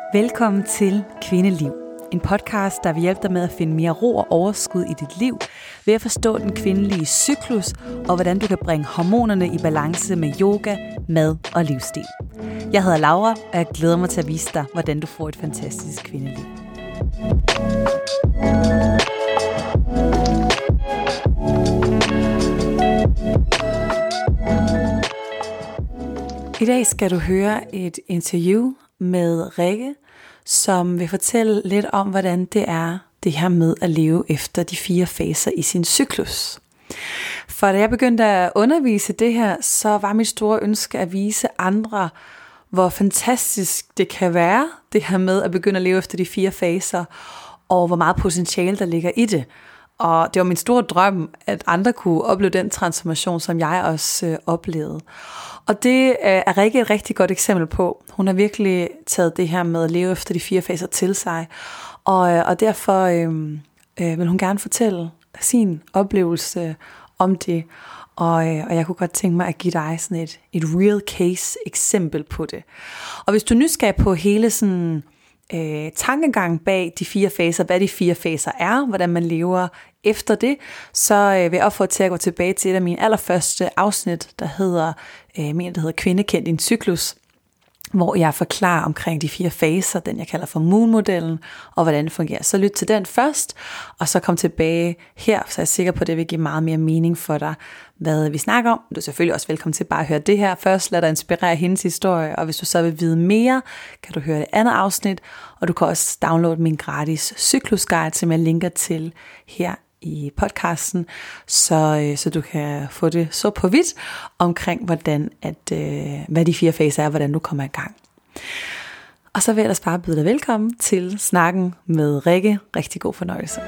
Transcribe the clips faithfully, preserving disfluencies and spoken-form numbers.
Velkommen til Kvindeliv. En podcast, der vil hjælpe dig med at finde mere ro og overskud i dit liv, ved at forstå den kvindelige cyklus, og hvordan du kan bringe hormonerne i balance med yoga, mad og livsstil. Jeg hedder Laura, og jeg glæder mig til at vise dig, hvordan du får et fantastisk kvindeliv. I dag skal du høre et interview med Rikke, som vil fortælle lidt om, hvordan det er det her med at leve efter de fire faser i sin cyklus. For da jeg begyndte at undervise det her, så var mit store ønske at vise andre, hvor fantastisk det kan være, det her med at begynde at leve efter de fire faser, og hvor meget potentiale der ligger i det. Og det var min store drøm, at andre kunne opleve den transformation, som jeg også øh, oplevede. Og det øh, er Rikke et rigtig godt eksempel på. Hun har virkelig taget det her med at leve efter de fire faser til sig. Og, øh, og derfor øh, øh, vil hun gerne fortælle sin oplevelse om det. Og, øh, og jeg kunne godt tænke mig at give dig sådan et, et real case eksempel på det. Og hvis du er nysgerrig på hele sådan... Øh, tankegang bag de fire faser, hvad de fire faser er, hvordan man lever efter det, så øh, vil jeg opfordre til at gå tilbage til et af mine allerførste afsnit, der hedder, øh, mener, det hedder Kvinde kend din cyklus, hvor jeg forklarer omkring de fire faser, den jeg kalder for Moon-modellen, og hvordan det fungerer. Så lyt til den først, og så kom tilbage her, så jeg er sikker på, at det vil give meget mere mening for dig, hvad vi snakker om. Du er selvfølgelig også velkommen til bare at høre det her først, lad dig inspirere hendes historie, og hvis du så vil vide mere, kan du høre det andet afsnit, og du kan også downloade min gratis cyklusguide, som jeg linker til her i podcasten, så, så du kan få det så på vidt omkring, hvordan at, øh, hvad de fire faser er, hvordan du kommer i gang. Og så vil jeg ellers bare byde dig velkommen til snakken med Rikke. Rigtig god fornøjelse.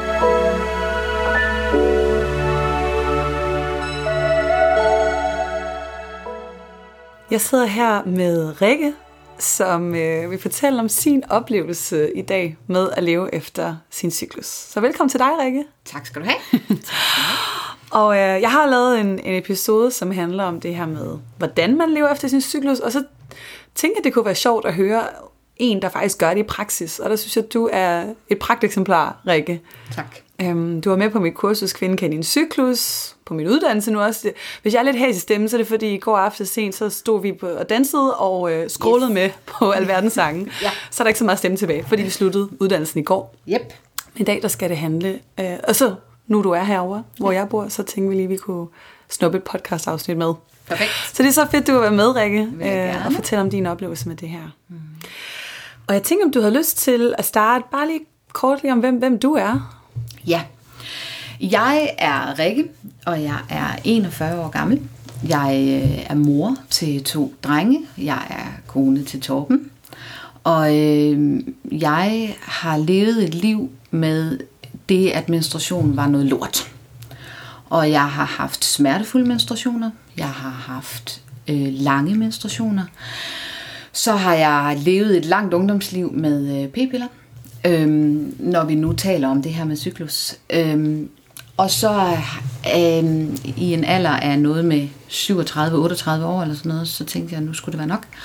Jeg sidder her med Rikke, som øh, vil fortælle om sin oplevelse i dag med at leve efter sin cyklus. Så velkommen til dig, Rikke. Tak skal du have. Tak skal du have. Og øh, jeg har lavet en, en episode, som handler om det her med, hvordan man lever efter sin cyklus, og så tænker jeg, det kunne være sjovt at høre en, der faktisk gør det i praksis. Og der synes jeg, at du er et pragteksemplar, Rikke. Tak. Øhm, du var med på mit kursus Kvinde kend din cyklus, på min uddannelse nu også. Hvis jeg er lidt hæs i stemmen, så er det fordi i går aftes sent, så stod vi på og dansede og øh, scrollede yes. med på alverdens sange. Ja. Så er der ikke så meget stemme tilbage, fordi vi sluttede uddannelsen i går. Yep. Men i dag, der skal det handle. Øh, og så, nu du er herovre, hvor ja. jeg bor, så tænker vi lige, at vi kunne snuppe et podcast-afsnit med. Perfekt. Så det er så fedt, du er med, Rikke, øh, og fortælle om din oplevelse med det her. Mm. Og jeg tænker, om du har lyst til at starte bare lige kort lige om, hvem, hvem du er. Ja, jeg er Rikke, og jeg er enogfyrre år gammel. Jeg er mor til to drenge. Jeg er kone til Torben. Og øh, jeg har levet et liv med det, at menstruation var noget lort. Og jeg har haft smertefulde menstruationer. Jeg har haft øh, lange menstruationer. Så har jeg levet et langt ungdomsliv med øh, p-piller. Øhm, når vi nu taler om det her med cyklus. Øhm, og så øhm, i en alder af noget med syvogtredive otteogtredive år eller sådan noget, så tænkte jeg, at nu skulle det være nok.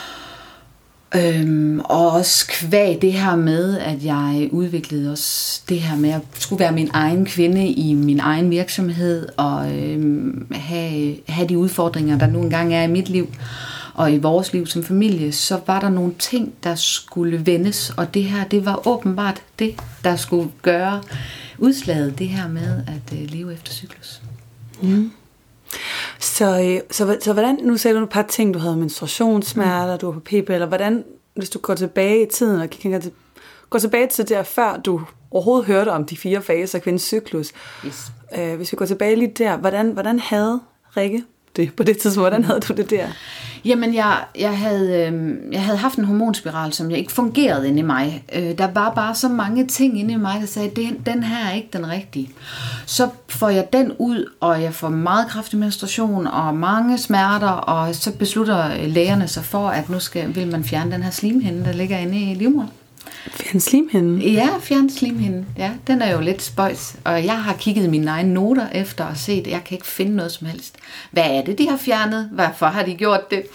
Øhm, og også kvæg det her med, at jeg udviklede også det her med at skulle være min egen kvinde i min egen virksomhed, og øhm, have, have de udfordringer, der nu engang er i mit liv. Og i vores liv som familie, så var der nogle ting, der skulle vendes, og det her, det var åbenbart det, der skulle gøre udslaget, det her med at øh, leve efter cyklus. Mm. Så, øh, så, så hvordan, nu sagde du et par ting, du havde menstruationssmerter, mm. du var på p-piller, hvordan, hvis du går tilbage i tiden, og kan gå tilbage til der, før du overhovedet hørte om de fire faser af kvindens cyklus, yes. øh, hvis vi går tilbage lige der, hvordan, hvordan havde Rikke det på det tidspunkt? Hvordan havde du det der? Jamen, jeg, jeg, havde, øh, jeg havde haft en hormonspiral, som jeg ikke fungerede inde i mig. Øh, der var bare så mange ting inde i mig, der sagde, den, den her er ikke den rigtige. Så får jeg den ud, og jeg får meget kraftig menstruation og mange smerter, og så beslutter lægerne sig for, at nu skal, vil man fjerne den her slimhinde, der ligger inde i livmoderen. Fjern slimhinden? Ja, fjern slimhinden. Ja, den er jo lidt spøjs. Og jeg har kigget mine egne noter efter og set, at jeg kan ikke finde noget som helst. Hvad er det, de har fjernet? Hvorfor har de gjort det?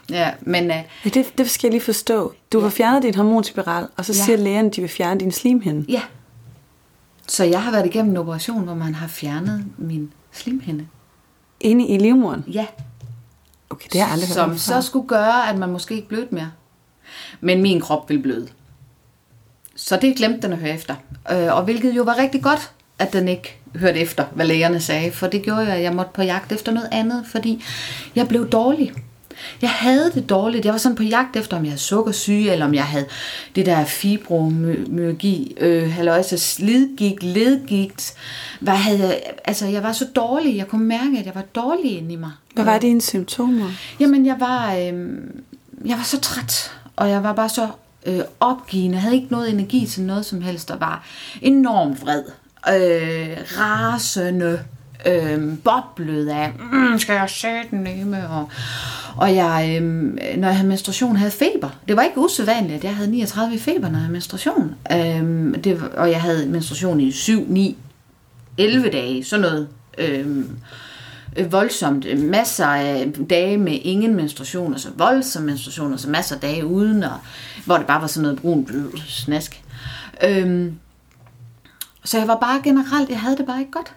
Ja, men... Uh, ja, det, det skal jeg lige forstå. Du ja. har fjernet din hormonspiral, og så ja. siger lægen, at de vil fjerne din slimhinde. Ja. Så jeg har været igennem en operation, hvor man har fjernet min slimhinde. Inde i livmoderen? Ja. Okay, det har jeg aldrig Som hørt så skulle gøre, at man måske ikke blødte mere. Men min krop ville bløde. Så det glemte den at høre efter. Og hvilket jo var rigtig godt, at den ikke hørte efter, hvad lægerne sagde. For det gjorde jo, at jeg måtte på jagt efter noget andet, fordi jeg blev dårlig. Jeg havde det dårligt. Jeg var sådan på jagt efter, om jeg havde sukkersyge, eller om jeg havde det der fibromyalgi, øh, halløjse, slidgigt, ledgigt. Hvad havde jeg, altså, jeg var så dårlig. Jeg kunne mærke, at jeg var dårlig inde i mig. Hvad var dine symptomer? Jamen, jeg var, øh, jeg var så træt, og jeg var bare så øh, opgivende. Jeg havde ikke noget energi til noget som helst, og var enormt vred. Øh, rasende. Øh, boblet af, mm, skal jeg sætte den nemme? Og, og jeg, øh, når jeg havde menstruation, havde feber. Det var ikke usædvanligt, at jeg havde niogtredive i feber, når jeg havde menstruation. Øh, det, og jeg havde menstruation i syv, ni, elleve dage, sådan noget. Øh, voldsomt. Masser af dage med ingen menstruation, og så voldsom menstruation, og så masser af dage uden, og, hvor det bare var sådan noget brun snask. Øh, så jeg var bare generelt, jeg havde det bare ikke godt.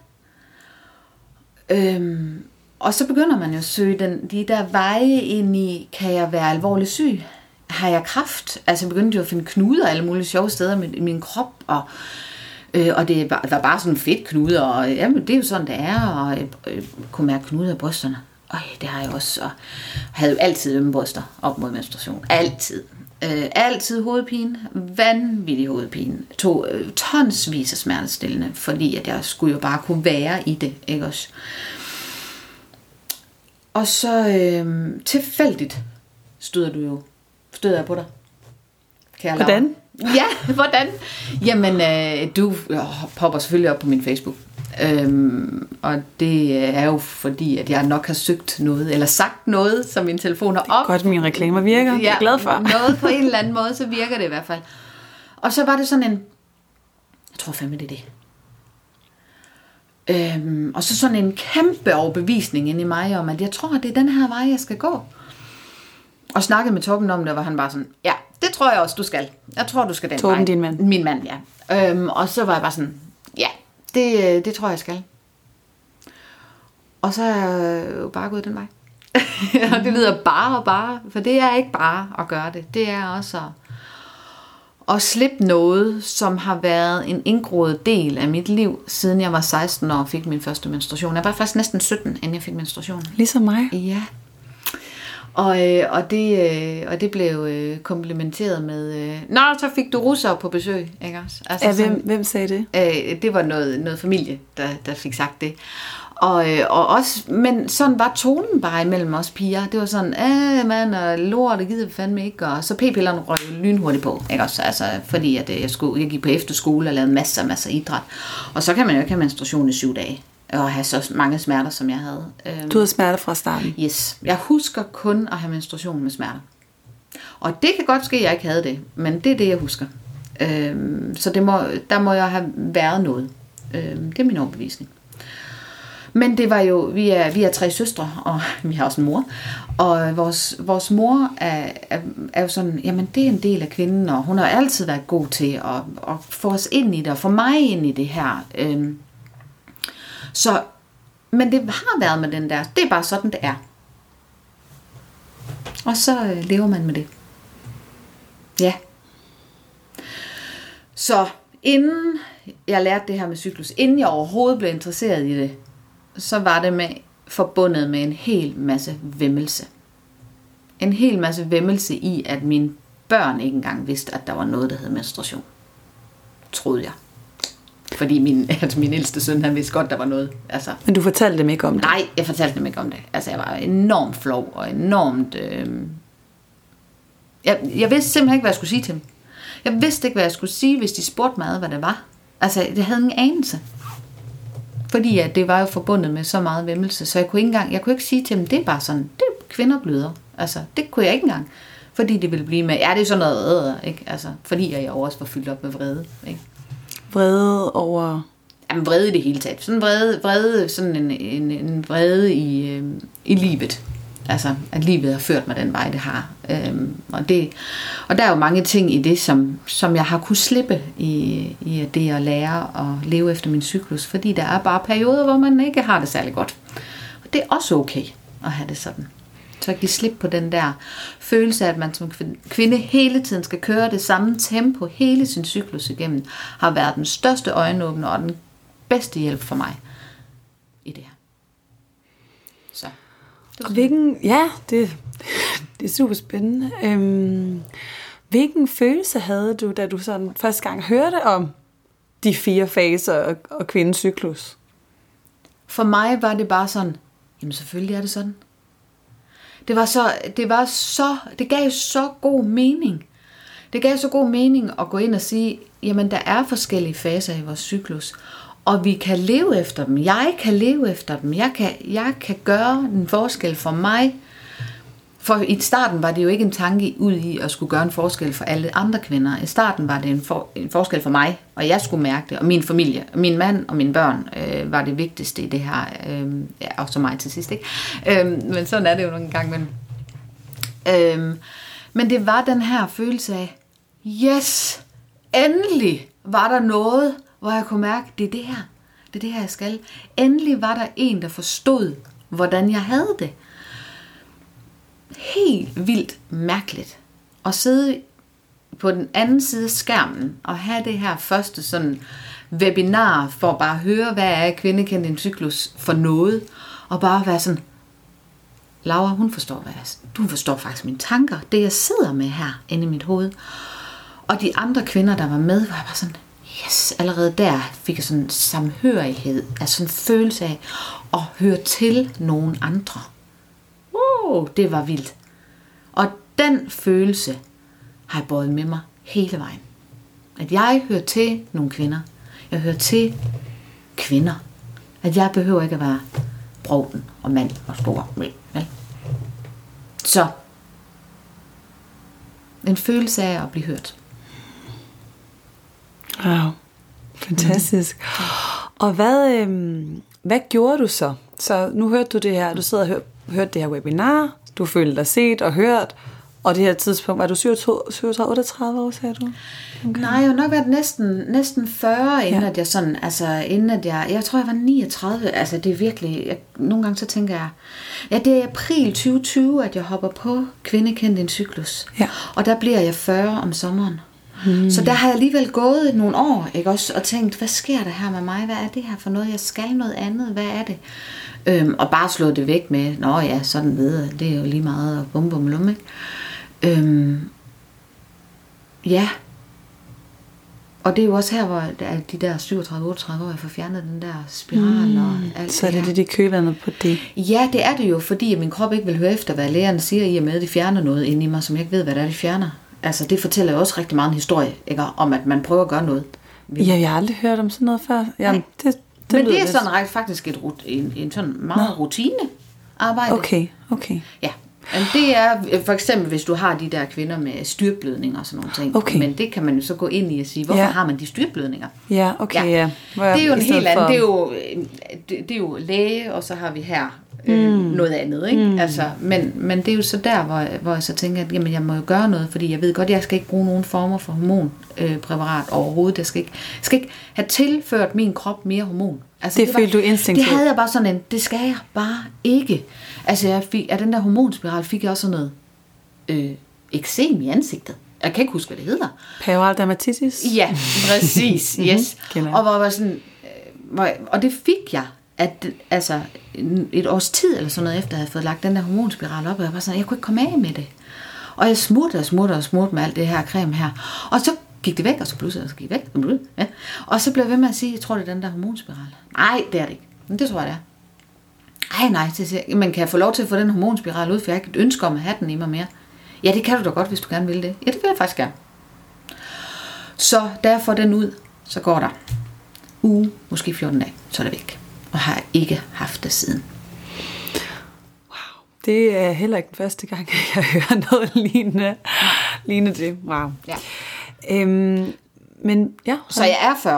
Øhm, og så begynder man jo at søge den, de der veje ind i, kan jeg være alvorligt syg? Har jeg kræft? Altså jeg begyndte jo at finde knuder alle mulige sjove steder med, i min krop, og, øh, og det var, var bare sådan fedt knuder, og jamen, det er jo sådan det er, og jeg øh, kunne mærke knuder i brysterne. Øj, det har jeg også, og havde jo altid ømme bryster op mod menstruation. Altid. Øh, altid hovedpine, vanvittig hovedpine, tog øh, tonsvis af smertestillende, fordi at jeg skulle jo bare kunne være i det, ikke også? Og så øh, tilfældigt støder du jo, støder jeg på dig. Kære hvordan? Laura. Ja, hvordan? Jamen, øh, du øh, popper selvfølgelig op på min Facebook. Øhm, og det er jo fordi, at jeg nok har søgt noget, eller sagt noget, som min telefon har op. Godt, mine reklamer virker. Ja, jeg er glad for. Noget på en eller anden måde, så virker det i hvert fald. Og så var det sådan en, jeg tror fandme det er det. Øhm, og så sådan en kæmpe overbevisning inde i mig om, at jeg tror, at det er den her vej, jeg skal gå. Og snakkede med Torben om det, hvor han bare sådan, ja, det tror jeg også, du skal. Jeg tror, du skal den Torben, vej. din mand? Min mand, ja. Øhm, og så var jeg bare sådan, ja, det, det tror jeg, jeg skal. Og så er jeg jo bare gået den vej. Og det lyder bare og bare, for det er ikke bare at gøre det. Det er også at, at slippe noget, som har været en indgroet del af mit liv, siden jeg var seksten år og fik min første menstruation. Jeg var faktisk næsten sytten, inden jeg fik menstruation. Ligesom mig? Ja. Og, øh, og, det, øh, og det blev øh, komplementeret med, øh, nå, så fik du russere på besøg, ikke også? Altså, ja, hvem, sådan, hvem sagde det? Øh, det var noget, noget familie, der, der fik sagt det. Og, øh, og også, men sådan var tonen bare imellem os piger. Det var sådan, æh, mand, og lort, det gider vi fandme ikke. Og så p-pillerne røg lynhurtigt på, ikke også? Altså, fordi at jeg, skulle, jeg gik på efterskole og lavede masser, masser idræt. Og så kan man jo ikke have menstruation i syv dage. Og have så mange smerter, som jeg havde. Du havde smerter fra starten? Yes. Jeg husker kun at have menstruation med smerter. Og det kan godt ske, at jeg ikke havde det. Men det er det, jeg husker. Øhm, så det må, der må jeg have været noget. Øhm, det er min overbevisning. Men det var jo, vi er, vi er tre søstre, og vi har også en mor. Og vores, vores mor er, er, er jo sådan, jamen det er en del af kvinden, og hun har altid været god til at, at få os ind i det, og få mig ind i det her. Øhm, Så, men det har været med den der, det er bare sådan, det er. Og så øh, lever man med det. Ja. Så inden jeg lærte det her med cyklus, inden jeg overhovedet blev interesseret i det, så var det med, forbundet med en hel masse væmmelse. En hel masse væmmelse i, at mine børn ikke engang vidste, at der var noget, der hed menstruation. Troede jeg. Fordi min, altså min ældste søn, han vidste godt, der var noget. Altså, men du fortalte dem ikke om det? Nej, jeg fortalte dem ikke om det. Altså, jeg var enormt flov og enormt... Øh... Jeg, jeg vidste simpelthen ikke, hvad jeg skulle sige til dem. Jeg vidste ikke, hvad jeg skulle sige, hvis de spurgte mig, hvad det var. Altså, jeg havde ingen anelse. Fordi at det var jo forbundet med så meget væmmelse, så jeg kunne ikke engang, jeg kunne ikke sige til dem, det er bare sådan, det er kvinder bløder. Altså, det kunne jeg ikke engang. Fordi det ville blive med, ja, det er sådan noget æder, ikke? Altså, fordi jeg jo også var fyldt op med vrede, ikke? Vrede over... Jamen vrede i det hele taget. Sådan vrede, vrede sådan en, en, en vrede i, øh, i livet. Altså, at livet har ført mig den vej, det har. Øhm, og, det, og der er jo mange ting i det, som, som jeg har kunne slippe i, i det at lære og leve efter min cyklus. Fordi der er bare perioder, hvor man ikke har det særlig godt. Og det er også okay at have det sådan. Så at give slip på den der følelse af, at man som kvinde hele tiden skal køre det samme tempo hele sin cyklus igennem, har været den største øjenåbner og den bedste hjælp for mig i det her. Så. Og hvilken, ja, det, det er super spændende. Øhm, hvilken følelse havde du, da du sådan første gang hørte om de fire faser og, og kvindens cyklus? For mig var det bare sådan, jamen selvfølgelig er det sådan. Det var så, det var så, det gav så god mening. Det gav så god mening at gå ind og sige, jamen der er forskellige faser i vores cyklus, og vi kan leve efter dem. Jeg kan leve efter dem. Jeg kan, jeg kan gøre en forskel for mig. For i starten var det jo ikke en tanke ud i at skulle gøre en forskel for alle andre kvinder. I starten var det en, for, en forskel for mig, og jeg skulle mærke det. Og min familie, min mand og mine børn øh, var det vigtigste i det her. Øh, ja, og så mig til sidst, ikke? Øh, men sådan er det jo nogle gange. Men, øh, men det var den her følelse af, yes, endelig var der noget, hvor jeg kunne mærke, det er det her. Det er det her, jeg skal. Endelig var der en, der forstod, hvordan jeg havde det. Helt vildt mærkeligt at sidde på den anden side af skærmen og have det her første sådan webinar for bare at høre, hvad er kvinde kendt din cyklus for noget, og bare være sådan, Laura, hun forstår, hvad jeg, du forstår faktisk mine tanker, det jeg sidder med her inde i mit hoved. Og de andre kvinder, der var med, var bare sådan, yes, allerede der fik jeg sådan en samhørighed, altså sådan en følelse af at høre til nogen andre. Wow, det var vildt. Og den følelse har jeg båret med mig hele vejen. At jeg hører til nogle kvinder. Jeg hører til kvinder. At jeg behøver ikke at være brovden og mand og stor. Vel? Så en følelse af at blive hørt. Wow, fantastisk. Mm. Og hvad, øhm, hvad gjorde du så? Så nu hørte du det her, du sidder og hør, hørte det her webinar, du følte dig set og hørt, og det her tidspunkt, var du syvogtredive otteogtredive år, sagde du? Okay. Nej, jeg har nok været næsten, næsten fyrre, inden ja. at jeg sådan, altså inden at jeg, jeg tror jeg var niogtredive, altså det er virkelig, jeg, nogle gange så tænker jeg, ja det er i april tyve tyve, at jeg hopper på Kvinde kendt din cyklus, ja. Og der bliver jeg fyrre om sommeren. Hmm. Så der har jeg alligevel gået nogle år, ikke også, og tænkt, hvad sker der her med mig, hvad er det her for noget, jeg skal noget andet, hvad er det? Øhm, og bare slå det væk med, nå ja, sådan videre, det er jo lige meget, og bum bum lum, ikke? Øhm, ja, og det er jo også her, hvor der er de der syvogtredive otteogtredive år, jeg får fjernet den der spiral mm, og alt så er det det, det, de køler på det? Ja, det er det jo, fordi min krop ikke vil høre efter, hvad lægerne siger, i og med, at de fjerner noget inde i mig, som jeg ikke ved, hvad det er, de fjerner. Altså, det fortæller jo også rigtig meget en historie, ikke? Om at man prøver at gøre noget. Ja, jeg har aldrig hørt om sådan noget før. Jamen, det, det Men det er sådan ret, faktisk et, en, en sådan meget rutine arbejde. Okay, okay. Ja, men det er for eksempel, hvis du har de der kvinder med styrtblødning og sådan nogle ting. Okay. Men det kan man jo så gå ind i og sige, hvorfor ja. har man de styrtblødninger? Ja, okay, ja. ja. Det er jo en helt anden, det er jo, det, det er jo læge, og så har vi her øh, mm. noget andet, ikke? Mm. Altså, men, men det er jo så der, hvor, hvor jeg så tænker, at jamen, jeg må jo gøre noget, fordi jeg ved godt, at jeg skal ikke bruge nogen former for hormonpræparat øh, overhovedet. Jeg skal ikke, skal ikke have tilført min krop mere hormon. Altså, det det følte du instinktivt? Det havde jeg bare sådan en, det skal jeg bare ikke. Altså, jeg fik, af den der hormonspiral fik jeg også sådan noget øh, eksem i ansigtet. Jeg kan ikke huske, hvad det hedder. Peroral dermatitis? Ja, præcis, yes. Og, hvor var sådan, øh, hvor, og det fik jeg, at, altså, et års tid eller sådan noget, efter jeg havde fået lagt den der hormonspiral op, og jeg var sådan, jeg kunne ikke komme af med det. Og jeg smurte og smurte og smurte med alt det her creme her. Og så gik det væk, og så pludselig så gik det væk. Ja. Og så blev jeg ved med at sige, jeg tror, det er den der hormonspiral. Nej, det er det ikke. Men det tror jeg, det er. Ej, nej, men kan jeg få lov til at få den hormonspiral ud, for jeg har ikke et ønske om at have den i mig mere? Ja, det kan du da godt, hvis du gerne vil det. Ja, det vil jeg faktisk gerne. Så da jeg får den ud, så går der uge, måske fjorten dage, så er det væk. Og har ikke haft det siden. Wow, det er heller ikke den første gang, jeg hører noget lignende, lignende det. Wow. Ja. Øhm, men ja. Så jeg er fyrre.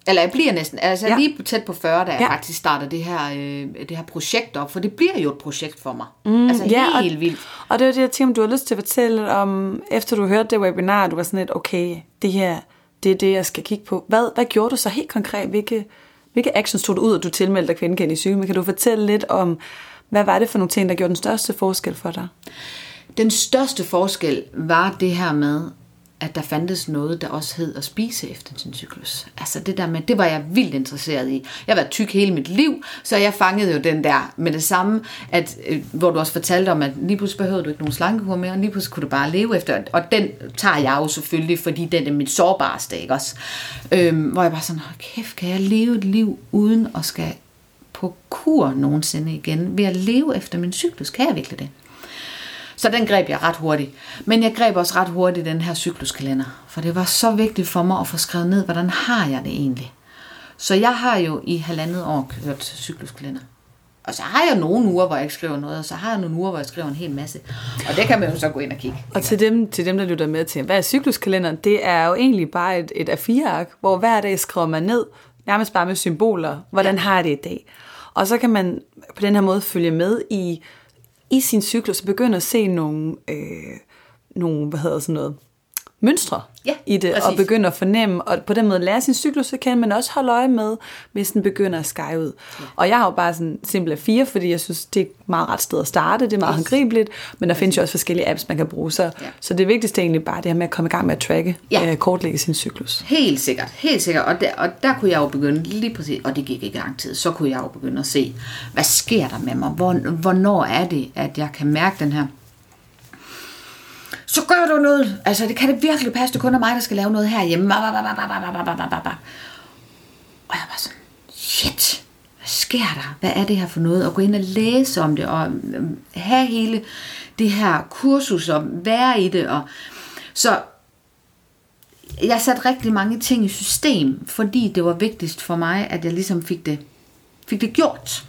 Eller jeg bliver næsten, altså ja. lige tæt på fyrre, da jeg ja. faktisk starter det her, øh, det her projekt op, for det bliver jo et projekt for mig. Mm, altså ja, helt og, vildt. Og det er det, jeg tænker, om du har lyst til at fortælle om, efter du hørte det webinar, du var sådan lidt, okay, det her, det er det, jeg skal kigge på. Hvad, hvad gjorde du så helt konkret? Hvilke, hvilke actions tog du ud, og du tilmeldte dig Kvindekendt i Psyke? Men kan du fortælle lidt om, hvad var det for nogle ting, der gjorde den største forskel for dig? Den største forskel var det her med, at der fandtes noget, der også hed at spise efter sin cyklus. Altså det der med, det var jeg vildt interesseret i. Jeg har været tyk hele mit liv, så jeg fangede jo den der med det samme, at, øh, hvor du også fortalte om, at lige pludselig behøvede du ikke nogen slankekur mere, og lige pludselig kunne du bare leve efter. Og den tager jeg jo selvfølgelig, fordi den er mit sårbareste, ikke også? Øhm, hvor jeg bare sådan, kæft, kan jeg leve et liv uden at skal på kur nogensinde igen, ved at leve efter min cyklus? Kan jeg virkelig det? Så den greb jeg ret hurtigt. Men jeg greb også ret hurtigt den her cykluskalender. For det var så vigtigt for mig at få skrevet ned, hvordan har jeg det egentlig. Så jeg har jo i halvandet år kørt cykluskalender. Og så har jeg nogle uger, hvor jeg ikke skriver noget, og så har jeg nogle uger, hvor jeg skriver en hel masse. Og det kan man jo så gå ind og kigge. Og til dem, til dem der lytter med til, hvad er cykluskalenderen? Det er jo egentlig bare et, et A fire ark, hvor hver dag skriver man ned, nærmest bare med symboler, hvordan ja. har jeg det i dag. Og så kan man på den her måde følge med i i sin cyklus, begynde at se nogle, øh, nogle hvad hedder sådan noget, mønstre ja, i det, præcis. Og begynde at fornemme, og på den måde lære sin cyklus, så kan man også holde øje med, hvis den begynder at skære ud. Ja. Og jeg har jo bare sådan simpelt A fire, fordi jeg synes, det er et meget ret sted at starte, det er meget yes. håndgribeligt, men der præcis. findes jo også forskellige apps, man kan bruge, så, ja. så det vigtigste er egentlig bare det her med at komme i gang med at tracke, ja. øh, kortlægge sin cyklus. Helt sikkert, helt sikkert, og der, og der kunne jeg jo begynde lige præcis, og det gik ikke lang tid, så kunne jeg jo begynde at se, hvad sker der med mig, Hvor, hvornår er det, at jeg kan mærke den her, så gør du noget. Altså, det kan det virkelig passe, det kun er mig, der skal lave noget herhjemme. Og jeg var sådan, shit, hvad sker der? Hvad er det her for noget? Og gå ind og læse om det, og have hele det her kursus, og være i det. Og så jeg satte rigtig mange ting i system, fordi det var vigtigst for mig, at jeg ligesom fik det, fik det gjort.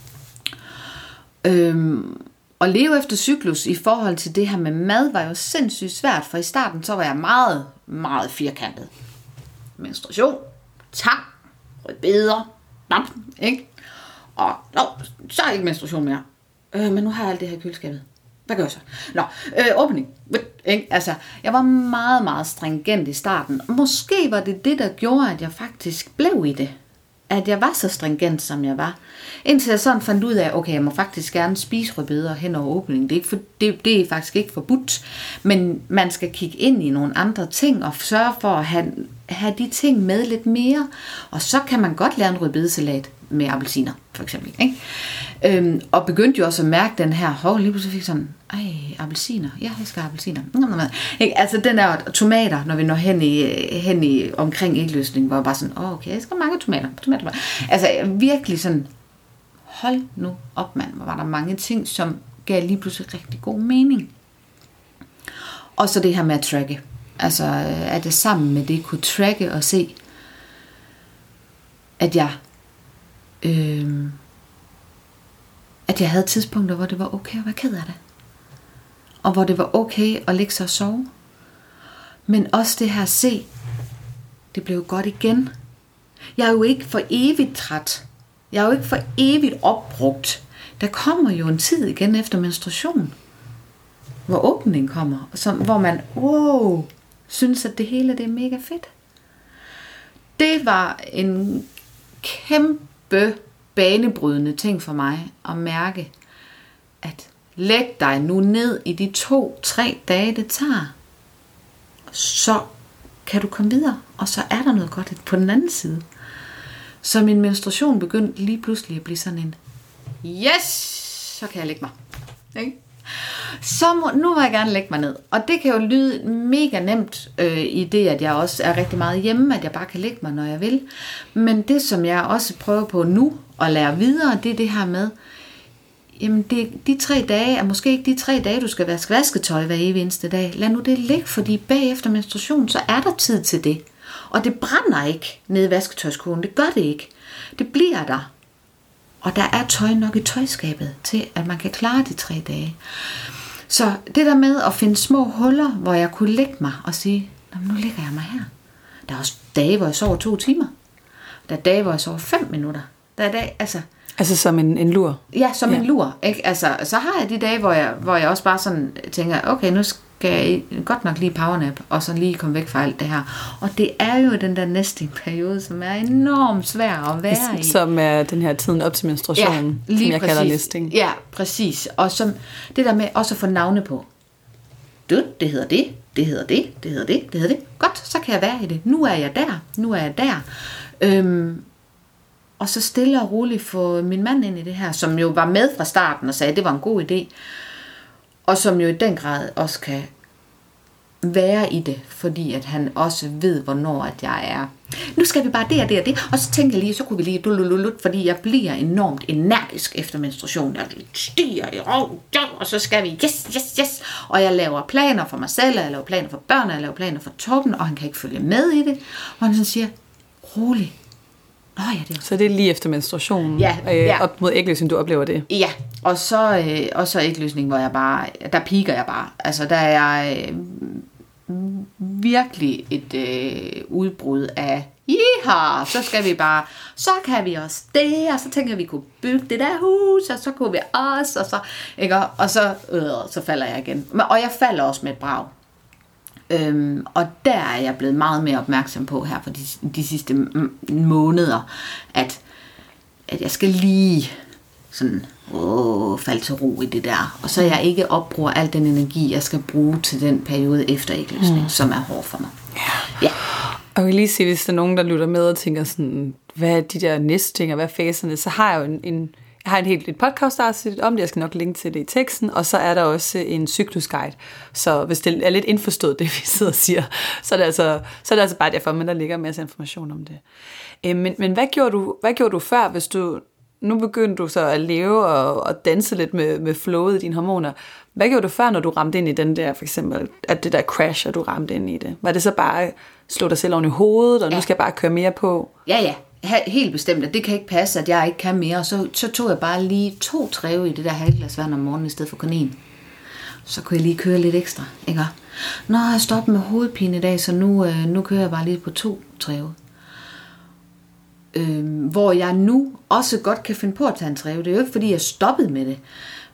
Øhm, At leve efter cyklus i forhold til det her med mad var jo sindssygt svært, for i starten så var jeg meget, meget firkantet. Menstruation, tang, rødbeder, damp, ikke? Og nå, så er jeg ikke menstruation mere. Øh, men nu har jeg alt det her i køleskabet. Hvad gør jeg så? Nå, øh, åbning. Ikke? Altså, jeg var meget, meget stringent i starten. Måske var det det, der gjorde, at jeg faktisk blev i det. At jeg var så stringent, som jeg var. Indtil jeg sådan fandt ud af, okay, jeg må faktisk gerne spise rødbeder hen over åbningen. Det er, ikke for, det, det er faktisk ikke forbudt. Men man skal kigge ind i nogle andre ting og sørge for at have, have de ting med lidt mere. Og så kan man godt lave en rødbedesalat med appelsiner, for eksempel. Ikke? Øhm, og begyndte jo også at mærke den her, hov, lige pludselig fik sådan, ej, appelsiner, ja, jeg skal have appelsiner. Ikke? Altså den der tomater, når vi når hen i, hen i omkring ægløsning, var bare sådan, åh, okay, jeg skal have mange tomater. tomater. Altså virkelig sådan, hold nu op, mand, hvor var der mange ting, som gav lige pludselig rigtig god mening. Og så det her med at tracke. Altså, at jeg sammen med det kunne tracke og se, at jeg øh, at jeg havde tidspunkter, hvor det var okay at være ked af det. Og hvor det var okay at ligge sig og sove. Men også det her at se, det blev godt igen. Jeg er jo ikke for evigt træt. Jeg er jo ikke for evigt opbrugt. Der kommer jo en tid igen efter menstruation, hvor åbningen kommer, som, hvor man, wow, synes, at det hele det er mega fedt. Det var en kæmpe banebrydende ting for mig at mærke, at læg dig nu ned i de to, tre dage, det tager. Så kan du komme videre, og så er der noget godt på den anden side. Så min menstruation begyndte lige pludselig at blive sådan en, yes, så kan jeg lægge mig. Ikke? Så må, nu vil jeg gerne lægge mig ned. Og det kan jo lyde mega nemt øh, i det, at jeg også er rigtig meget hjemme, at jeg bare kan lægge mig, når jeg vil. Men det, som jeg også prøver på nu at lære videre, det er det her med, jamen det, de tre dage er måske ikke de tre dage, du skal vaske vasketøj hver evig eneste dag. Lad nu det ligge, fordi bagefter menstruation, så er der tid til det. Og det brænder ikke nede i vasketøjskurven. Det gør det ikke. Det bliver der. Og der er tøj nok i tøjskabet til, at man kan klare de tre dage. Så det der med at finde små huller, hvor jeg kunne lægge mig og sige, nu ligger jeg mig her. Der er også dage, hvor jeg sover to timer. Der er dage, hvor jeg sover fem minutter. Der er dage, altså... Altså som en, en lur? Ja, som ja. en lur. Ikke? Altså, så har jeg de dage, hvor jeg, hvor jeg også bare sådan tænker, okay, nu skal jeg godt nok lige powernap, og så lige komme væk fra alt det her. Og det er jo den der nesting-periode, som er enormt svær at være i. Som er den her tiden op til menstruation, ja, som jeg præcis. kalder nesting. Ja, præcis. Og som det der med også at få navne på. Du, det hedder det, det hedder det, det hedder det, det hedder det. Godt, så kan jeg være i det. Nu er jeg der, nu er jeg der. Øhm, og så stille og roligt få min mand ind i det her, som jo var med fra starten og sagde, at det var en god idé. Og som jo i den grad også kan være i det, fordi at han også ved, hvornår at jeg er. Nu skal vi bare det og det og det, og så tænker jeg lige, så kunne vi lige dulululut, fordi jeg bliver enormt energisk efter menstruation. Jeg stiger i rov, og så skal vi yes, yes, yes. Og jeg laver planer for mig selv, jeg laver planer for børn, jeg laver planer for Torben, og han kan ikke følge med i det. Og han sådan siger, rolig. Nå, ja, det er... Så det er lige efter menstruationen, ja, øh, ja. op mod ægløsning, du oplever det? Ja, og så, øh, og så ægløsning, hvor jeg bare, der piker jeg bare. Altså, der er jeg øh, virkelig et øh, udbrud af, jiha, så skal vi bare, så kan vi også det, og så tænker jeg, vi kunne bygge det der hus, og så kunne vi også, og så, ikke? Og så, øh, så falder jeg igen. Og jeg falder også med et brag. Øhm, og der er jeg blevet meget mere opmærksom på her for de, de sidste m- måneder, at, at jeg skal lige sådan, åh, falde til ro i det der. Og så jeg ikke opbruger al den energi, jeg skal bruge til den periode efter ægløsning, mm. som er hård for mig. Ja. Og jeg vil lige sige, hvis der er nogen, der lytter med og tænker sådan, hvad er de der næstinger, hvad er faserne, så har jeg jo en, en Jeg har en helt et podcast afsnit om det, jeg skal nok linke til det i teksten, og så er der også en cyklusguide. Så hvis det er lidt indforstået, det vi sidder og siger, så er det altså, så er det altså bare derfor, men der ligger masser af information om det. Øh, men men hvad, gjorde du, hvad gjorde du før, hvis du, nu begyndte du så at leve og, og danse lidt med, med flowet i dine hormoner. Hvad gjorde du før, når du ramte ind i den der, for eksempel, at det der crash, og du ramte ind i det? Var det så bare slå dig selv oven i hovedet, og ja. Nu skal jeg bare køre mere på? Ja, ja. Helt bestemt, at det kan ikke passe, at jeg ikke kan mere. Og så, så tog jeg bare lige to træve i det der halvglas vand om morgenen i stedet for kun en. Så kunne jeg lige køre lidt ekstra, ikke? Nå, jeg stoppede med hovedpine i dag, så nu, øh, nu kører jeg bare lige på to træve. Øh, hvor jeg nu også godt kan finde på at tage en træve. Det er jo ikke, fordi jeg stoppede med det.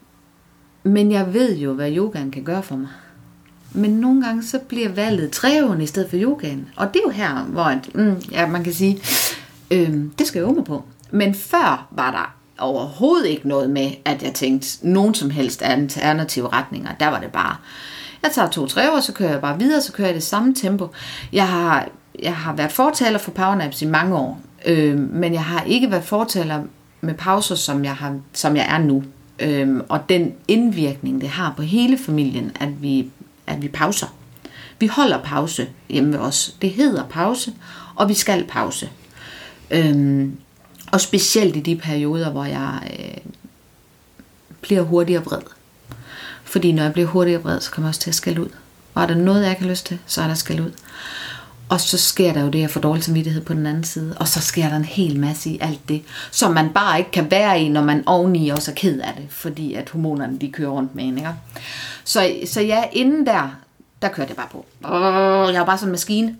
Men jeg ved jo, hvad yogaen kan gøre for mig. Men nogle gange så bliver valget træven i stedet for yogaen. Og det er jo her, hvor at, mm, ja, man kan sige... Øhm, det skal jeg øve mig på. Men før var der overhovedet ikke noget med, at jeg tænkte nogen som helst alternative retninger. Der var det bare, jeg tager to træver, så kører jeg bare videre, så kører jeg det samme tempo. Jeg har, jeg har været fortaler for powernaps i mange år, øhm, men jeg har ikke været fortaler med pauser, som jeg, har, som jeg er nu. Øhm, og den indvirkning, det har på hele familien, at vi, at vi pauser. Vi holder pause hjemme ved os. Det hedder pause, og vi skal pause. Øhm, og specielt i de perioder, hvor jeg øh, bliver hurtigere vred. Fordi når jeg bliver hurtigere vred, så kommer jeg også til at skælde ud. Og er der noget, jeg ikke har lyst til, så er der skælde ud. Og så sker der jo det, jeg får dårlig samvittighed på den anden side. Og så sker der en hel masse i alt det, som man bare ikke kan være i, når man oveni også er ked af det. Fordi at hormonerne, de kører rundt med en, ikke? Så, så ja, inden der... Der kørte jeg bare på. Jeg var bare sådan en maskine.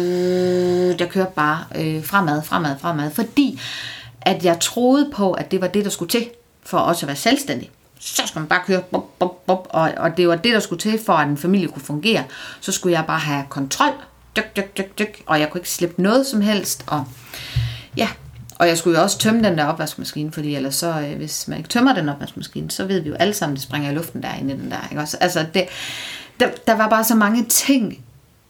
Jeg kørte bare øh, fremad, fremad, fremad. Fordi at jeg troede på, at det var det, der skulle til for os at være selvstændige. Så skulle man bare køre. Bup, bup, bup, og, og det var det, der skulle til for, at en familie kunne fungere. Så skulle jeg bare have kontrol. Dyk, dyk, dyk, dyk, og jeg kunne ikke slippe noget som helst. Og ja, og jeg skulle jo også tømme den der opvaskemaskine, fordi ellers så, øh, hvis man ikke tømmer den opvaskemaskine, så ved vi jo alle sammen, det springer i luften derinde i den der. Ikke? Altså det... Der, der var bare så mange ting,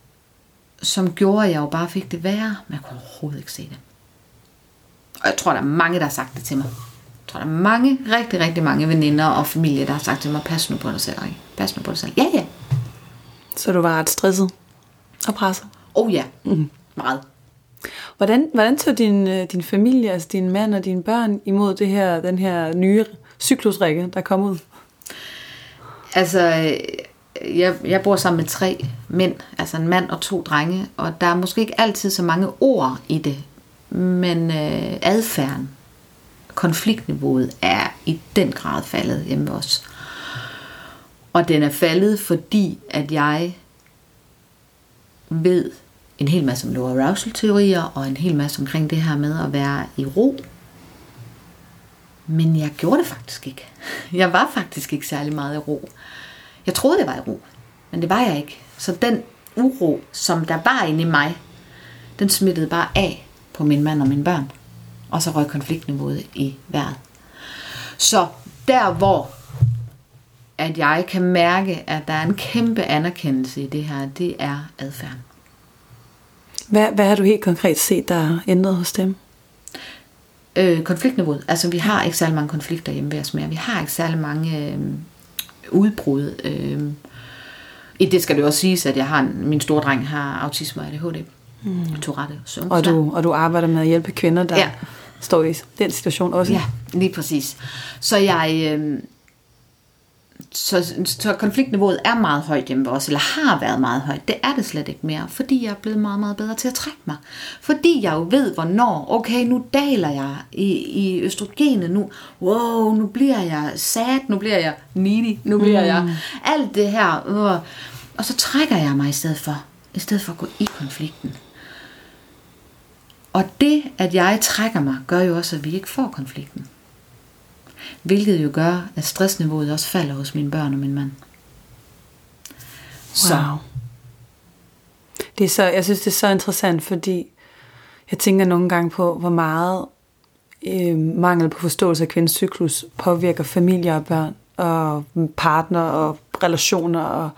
som gjorde, at jeg jo bare fik det værre, men jeg kunne overhovedet ikke se det. Og jeg tror, der er mange, der har sagt det til mig. Jeg tror, der er mange, rigtig, rigtig mange veninder og familie, der har sagt til mig, pas nu på dig selv, ikke? Pas nu på dig selv. Ja, ja. Så du var ret stresset og presset? Oh ja, mm. meget. Hvordan, hvordan tog din, din familie, altså din mand og dine børn, imod det her, den her nye cyklusrække, der kom ud? Altså... Jeg, jeg bor sammen med tre mænd, altså en mand og to drenge, og der er måske ikke altid så mange ord i det, men øh, adfærden, konfliktniveauet er i den grad faldet hjemme ved os. Og den er faldet, fordi at jeg ved, en hel masse om low arousal-teorier, og en hel masse omkring det her med at være i ro. Men jeg gjorde det faktisk ikke. Jeg var faktisk ikke særlig meget i ro. Jeg troede, jeg var i ro, men det var jeg ikke. Så den uro, som der var inde i mig, den smittede bare af på min mand og mine børn. Og så røg konfliktniveauet i vejret. Så der, hvor at jeg kan mærke, at der er en kæmpe anerkendelse i det her, det er adfærden. Hvad, hvad har du helt konkret set, der er ændret hos dem? Øh, konfliktniveauet. Altså, vi har ikke særlig mange konflikter hjemme ved os mere. Vi har ikke særlig mange øh, udbrud. Øh. I det skal det også siges, at jeg har min store dreng har autisme og A D H D. Mm. Tourette. Og du, og du arbejder med at hjælpe kvinder, der ja. står i den situation også? Ja, lige præcis. Så jeg... Øh, Så, så konfliktniveauet er meget højt hjemme ved os, eller har været meget højt. Det er det slet ikke mere, fordi jeg er blevet meget, meget bedre til at trække mig. Fordi jeg jo ved, hvornår, okay, nu daler jeg i, i østrogenet, nu, wow, nu bliver jeg sad, nu bliver jeg needy, nu bliver mm. jeg alt det her. Uh, og så trækker jeg mig i stedet for, i stedet for at gå i konflikten. Og det, at jeg trækker mig, gør jo også, at vi ikke får konflikten. Hvilket jo gør, at stressniveauet også falder hos mine børn og min mand. Så. Wow. Det er så, jeg synes, det er så interessant, fordi jeg tænker nogle gange på, hvor meget øh, mangel på forståelse af kvindens cyklus påvirker familier og børn, og partner og relationer, og,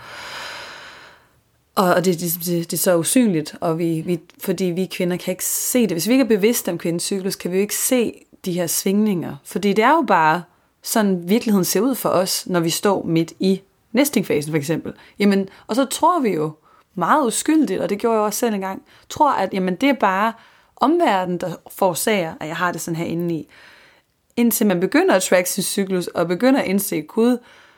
og det, det, det, det er så usynligt, og vi, vi, fordi vi kvinder kan ikke se det. Hvis vi ikke er bevidste om kvindens cyklus, kan vi jo ikke se de her svingninger. Fordi det er jo bare sådan virkeligheden ser ud for os, når vi står midt i nestingfasen for eksempel. Jamen, og så tror vi jo meget uskyldigt, og det gjorde jeg også selv engang, tror at jamen, det er bare omverdenen, der forårsager, at jeg har det sådan her indeni. Indtil man begynder at track sin cyklus, og begynder at indse, gud,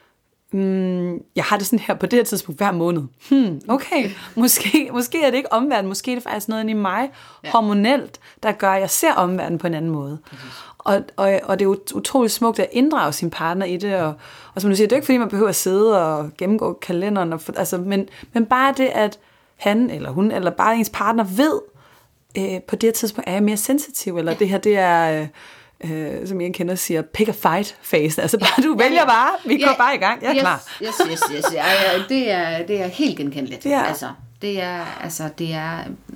mm, jeg har det sådan her på det her tidspunkt hver måned. Hmm, okay, måske, måske er det ikke omverdenen, måske er det faktisk noget inde i mig, ja. hormonelt, der gør, at jeg ser omverdenen på en anden måde. Og, og, og det er utroligt smukt at inddrage sin partner i det, og, og som du siger, det er ikke fordi, man behøver at sidde og gennemgå kalenderen, og, altså, men, men bare det, at han eller hun, eller bare ens partner ved, øh, på det her tidspunkt er jeg mere sensitiv, eller ja. det her, det er... Øh, Øh, som jeg kender siger, pick a fight face. Altså bare, du vælger bare, vi ja, går bare i gang, jeg er yes, klar. Yes, yes, yes. Ja, ja, det, er, det er helt genkendeligt. Ja. Altså, det er, altså, det er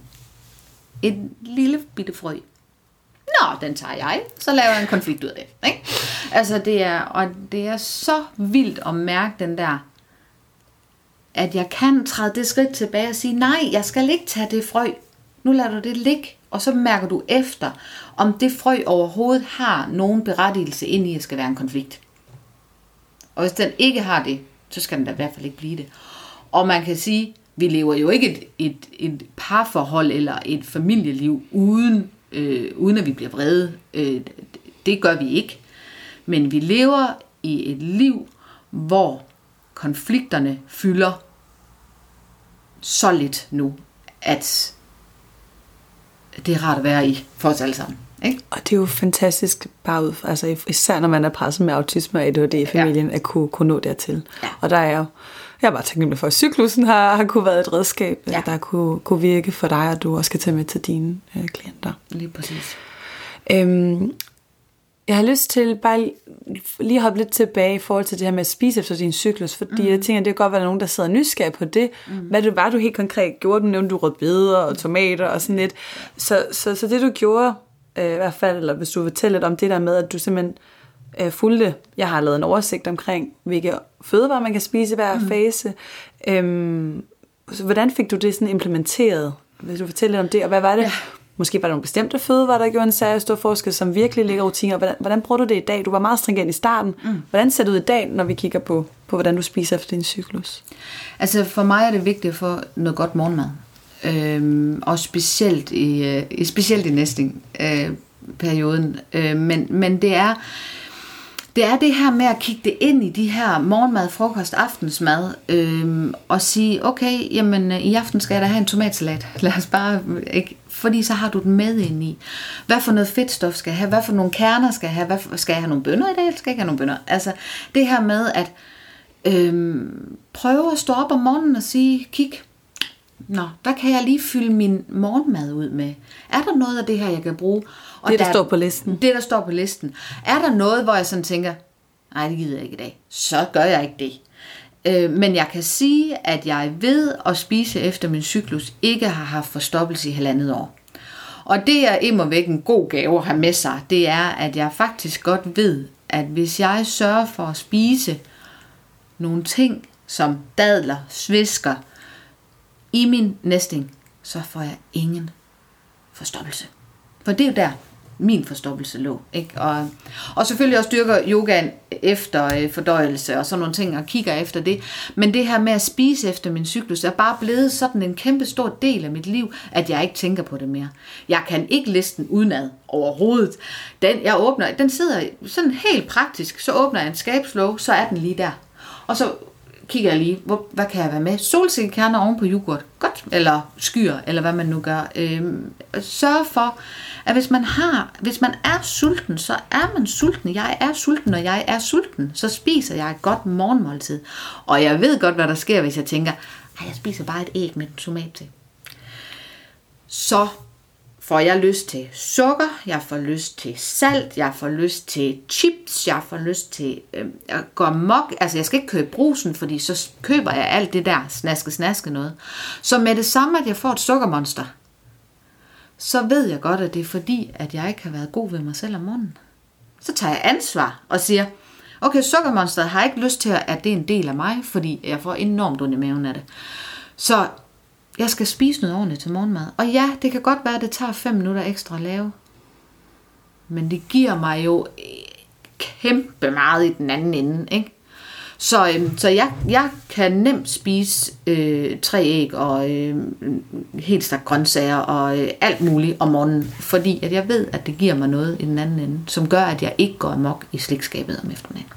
et lille bitte frø. Nå, den tager jeg, så laver jeg en konflikt ud af det. Ikke? Altså, det er, og det er så vildt at mærke den der, at jeg kan træde det skridt tilbage og sige, nej, jeg skal ikke tage det frø. Nu lader du det ligge, og så mærker du efter, om det frø overhovedet har nogen berettigelse ind i, at skal være en konflikt. Og hvis den ikke har det, så skal den da i hvert fald ikke blive det. Og man kan sige, vi lever jo ikke et, et, et parforhold eller et familieliv, uden, øh, uden at vi bliver vrede. Øh, det gør vi ikke. Men vi lever i et liv, hvor konflikterne fylder så lidt nu, at det er rart at være i for os alle sammen. Ikke? Og det er jo fantastisk, bare ud, altså især når man er presset med autisme og A D H D i familien, ja. at kunne, kunne nå dertil. Ja. Og der er jo, jeg er bare taknemmelig for, at cyklusen har, har kunne være et redskab, ja. der kunne, kunne virke for dig, og du også kan tage med til dine øh, klienter. Lige præcis. Øhm, jeg har lyst til bare lige hoppe lidt tilbage i forhold til det her med at spise efter din cyklus, fordi mm. jeg tænker, det kan godt være, der nogen, der sidder nysgerrig på det. Mm. Hvad det var, du helt konkret gjorde? Du nævnte, du rødbeder og tomater og sådan lidt. Så, så, så det, du gjorde, øh, i hvert fald, eller hvis du vil fortælle lidt om det der med, at du simpelthen øh, fulgte, jeg har lavet en oversigt omkring, hvilke fødevarer man kan spise i hver mm. fase. Øhm, så hvordan fik du det sådan implementeret? Hvis du fortæller lidt om det, og hvad var det? Ja. Måske var der nogle bestemte fødevarer, der gjorde en særlig stor forskel, som virkelig ligger rutiner. Hvordan, hvordan bruger du det i dag? Du var meget stringent i starten. Mm. Hvordan ser det ud i dag, når vi kigger på, på hvordan du spiser efter din cyklus? Altså for mig er det vigtigt at få noget godt morgenmad. Øhm, og specielt i, øh, specielt i nesting-perioden. Øh, øh, men, men det er... Det er det her med at kigge det ind i de her morgenmad, frokost, aftensmad, øhm, og sige, okay, jamen i aften skal jeg da have en tomatsalat. Lad os bare, ikke? Fordi så har du den med ind i. Hvad for noget fedtstof skal jeg have? Hvad for nogle kerner skal jeg have? Hvad for, skal jeg have nogle bønner i dag, eller skal jeg ikke have nogle bønner? Altså det her med at øhm, prøve at stå op om morgenen og sige, kig, nå, hvad kan jeg lige fylde min morgenmad ud med? Er der noget af det her, jeg kan bruge? Og det, der, der står på listen. Det, der står på listen. Er der noget, hvor jeg sådan tænker, nej, det gider jeg ikke i dag. Så gør jeg ikke det. Øh, men jeg kan sige, at jeg ved at spise efter min cyklus ikke har haft forstoppelse i halvandet år. Og det er immervæk en god gave at have med sig, det er, at jeg faktisk godt ved, at hvis jeg sørger for at spise nogle ting, som dadler, svisker, i min næsting, så får jeg ingen forstoppelse. For det er jo der, min forstoppelse lå. Ikke? Og, og selvfølgelig også dyrker yogaen efter øh, fordøjelse og sådan nogle ting, og kigger efter det. Men det her med at spise efter min cyklus, er bare blevet sådan en kæmpe stor del af mit liv, at jeg ikke tænker på det mere. Jeg kan ikke liste den udenad overhovedet. Den, jeg åbner, den sidder sådan helt praktisk, så åbner jeg en skabslåge, så er den lige der. Og så kigger jeg lige, hvor, hvad kan jeg være med? Solsikkekerner oven på yoghurt. Godt. Eller skyer, eller hvad man nu gør. Øhm, sørg for, at hvis man har, hvis man er sulten, så er man sulten. Jeg er sulten, og jeg er sulten. Så spiser jeg et godt morgenmåltid. Og jeg ved godt, hvad der sker, hvis jeg tænker, jeg spiser bare et æg med en tomat til. Så får jeg lyst til sukker, jeg får lyst til salt, jeg får lyst til chips, jeg får lyst til øh, at gå amok. Altså, jeg skal ikke købe brusen, fordi så køber jeg alt det der snaske-snaske noget. Så med det samme, at jeg får et sukkermonster, så ved jeg godt, at det er fordi, at jeg ikke har været god ved mig selv om morgenen. Så tager jeg ansvar og siger, okay, sukkermonsteret har ikke lyst til, at det er en del af mig, fordi jeg får enormt ondt i maven af det. Så jeg skal spise noget ordentligt til morgenmad. Og ja, det kan godt være, at det tager fem minutter ekstra at lave. Men det giver mig jo kæmpe meget i den anden ende, ikke? Så, øhm, så jeg, jeg kan nemt spise øh, tre æg og øh, helt stak grøntsager og øh, alt muligt om morgenen. Fordi at jeg ved, at det giver mig noget i den anden ende, som gør, at jeg ikke går amok i slikskabet om eftermiddagen.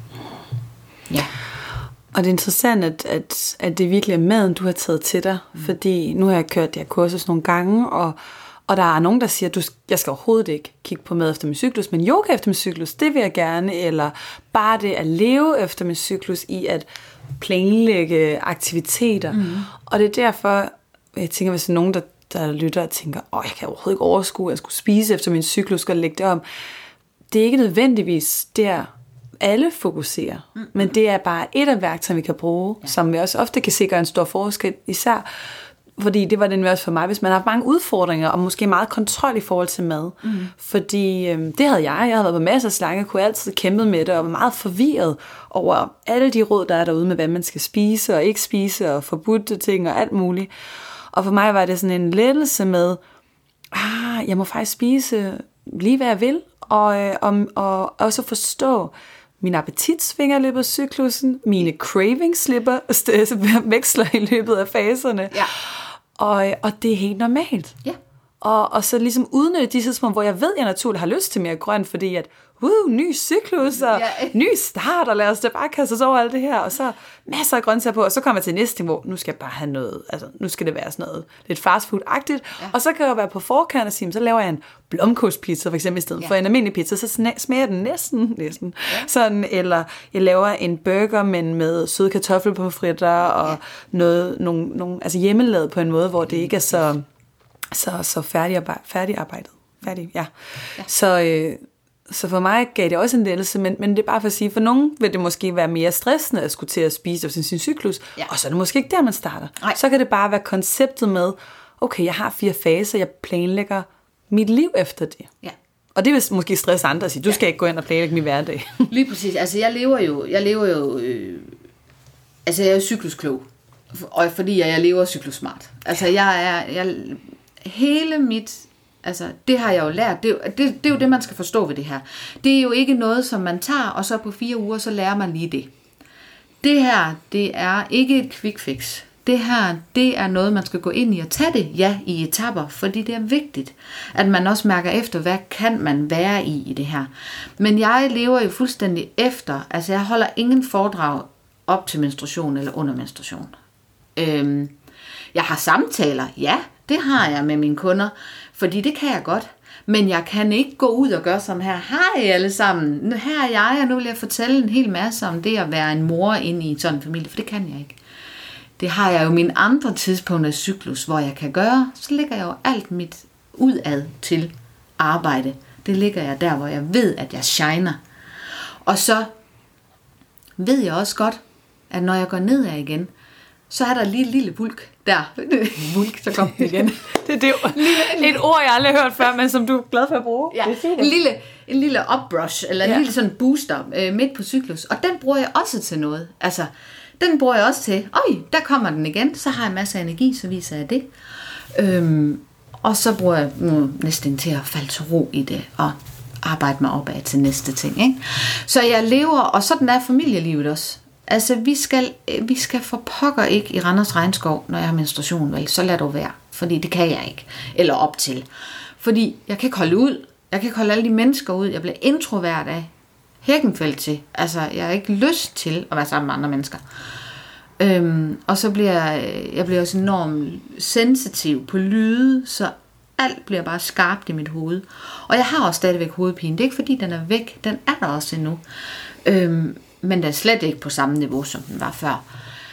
Ja. Og det er interessant, at, at, at det virkelig er maden, du har taget til dig. Mm. Fordi nu har jeg kørt det her kursus nogle gange, og, og der er nogen, der siger, at jeg skal overhovedet ikke kigge på mad efter min cyklus, men yoga efter min cyklus, det vil jeg gerne. Eller bare det at leve efter min cyklus i at planlægge aktiviteter. Mm. Og det er derfor, jeg tænker, hvis der er nogen, der, der lytter og tænker, åh, jeg kan overhovedet ikke overskue, at jeg skulle spise efter min cyklus, og lægge det om. Det er ikke nødvendigvis der, alle fokuserer, mm. men det er bare et af værktøjerne, vi kan bruge, ja. Som vi også ofte kan se gør en stor forskel, især fordi det var den også for mig, hvis man har mange udfordringer, og måske meget kontrol i forhold til mad, mm. fordi øhm, det havde jeg, jeg havde været på masser af slange, kunne altid kæmpe med det, og var meget forvirret over alle de råd, der er derude med, hvad man skal spise, og ikke spise, og forbudte ting, og alt muligt, og for mig var det sådan en lettelse med, ah, jeg må faktisk spise lige hvad jeg vil, og, øh, og, og også forstå, min appetit svinger i løbet af cyklusen, mine cravings slipper, veksler i løbet af faserne, ja. og, og det er helt normalt. Ja. Og, og så ligesom udnytte de tidspunkter, hvor jeg ved, at jeg naturligt har lyst til mere grønt, fordi at, uh, ny cyklus, og ja. ny start, og lad os da bare kaste os over alt det her, og så masser af grøntsager på, og så kommer jeg til næste niveau, nu skal jeg bare have noget, altså nu skal det være sådan noget lidt fastfood-agtigt, ja. og så kan jeg være på forkant og sige, så laver jeg en blomkålspizza for eksempel, i stedet ja. for en almindelig pizza, så smager den næsten, næsten ja. sådan, eller jeg laver en burger, men med søde kartofler på fritter, og ja. noget, nogle, nogle, altså hjemmelavet på en måde, hvor det ikke er så så, så færdigarbejdet. Færdigarbejdet. Færdig, ja. ja. Så, øh, så for mig gav det også en lettelse, men, men det er bare for at sige, for nogen vil det måske være mere stressende at skulle til at spise efter sin cyklus, ja. og så er det måske ikke der, man starter. Nej. Så kan det bare være konceptet med, okay, jeg har fire faser, jeg planlægger mit liv efter det. Ja. Og det vil måske stresse andre at sige, du ja. skal ikke gå ind og planlægge min hverdag. Lige præcis. Altså jeg lever jo, jeg lever jo, øh, altså jeg er jo cyklusklog, og fordi jeg, jeg lever cyklusmart. Altså jeg er, jeg hele mit, altså det har jeg jo lært, det, det, det er jo det, man skal forstå ved det her. Det er jo ikke noget, som man tager, og så på fire uger, så lærer man lige det. Det her, det er ikke et quick fix. Det her, det er noget, man skal gå ind i og tage det, ja, i etapper, fordi det er vigtigt, at man også mærker efter, hvad kan man være i i det her. Men jeg lever jo fuldstændig efter, altså jeg holder ingen foredrag op til menstruation eller under menstruation. Øhm, jeg har samtaler, ja, det har jeg med mine kunder, fordi det kan jeg godt. Men jeg kan ikke gå ud og gøre sådan her. Hej alle sammen, her er jeg, og nu vil jeg fortælle en hel masse om det at være en mor inde i sådan en familie, for det kan jeg ikke. det har jeg jo mine andre tidspunkter i cyklus, hvor jeg kan gøre. Så lægger jeg jo alt mit udad til arbejde. Det ligger jeg der, hvor jeg ved, at jeg shiner. Og så ved jeg også godt, at når jeg går nedad igen, så er der lige en lille bulk der. Bulk, så kom den igen. det, det er jo et ord, jeg aldrig har hørt før, men som du er glad for at bruge. Ja, en lille, en lille upbrush, eller en ja. lille sådan booster øh, midt på cyklus. Og den bruger jeg også til noget. Altså, den bruger jeg også til, øj, der kommer den igen, så har jeg masser af energi, så viser jeg det. Øhm, og så bruger jeg nu næsten til at falde til ro i det, og arbejde mig opad til næste ting. Ikke? Så jeg lever, og sådan er familielivet også. Altså, vi skal, vi skal for pokker ikke i Randers Regnskov, når jeg har menstruation, vel? Så lad du være, fordi det kan jeg ikke. Eller op til. Fordi jeg kan ikke holde ud. Jeg kan ikke holde alle de mennesker ud. Jeg bliver introvert af Hækkenfeldt til. Altså, jeg har ikke lyst til at være sammen med andre mennesker. Øhm, og så bliver jeg, jeg bliver også enormt sensitiv på lyde, så alt bliver bare skarpt i mit hoved. Og jeg har også stadigvæk hovedpine. Det er ikke fordi, den er væk. Den er der også endnu. Øhm, men den er slet ikke på samme niveau, som den var før.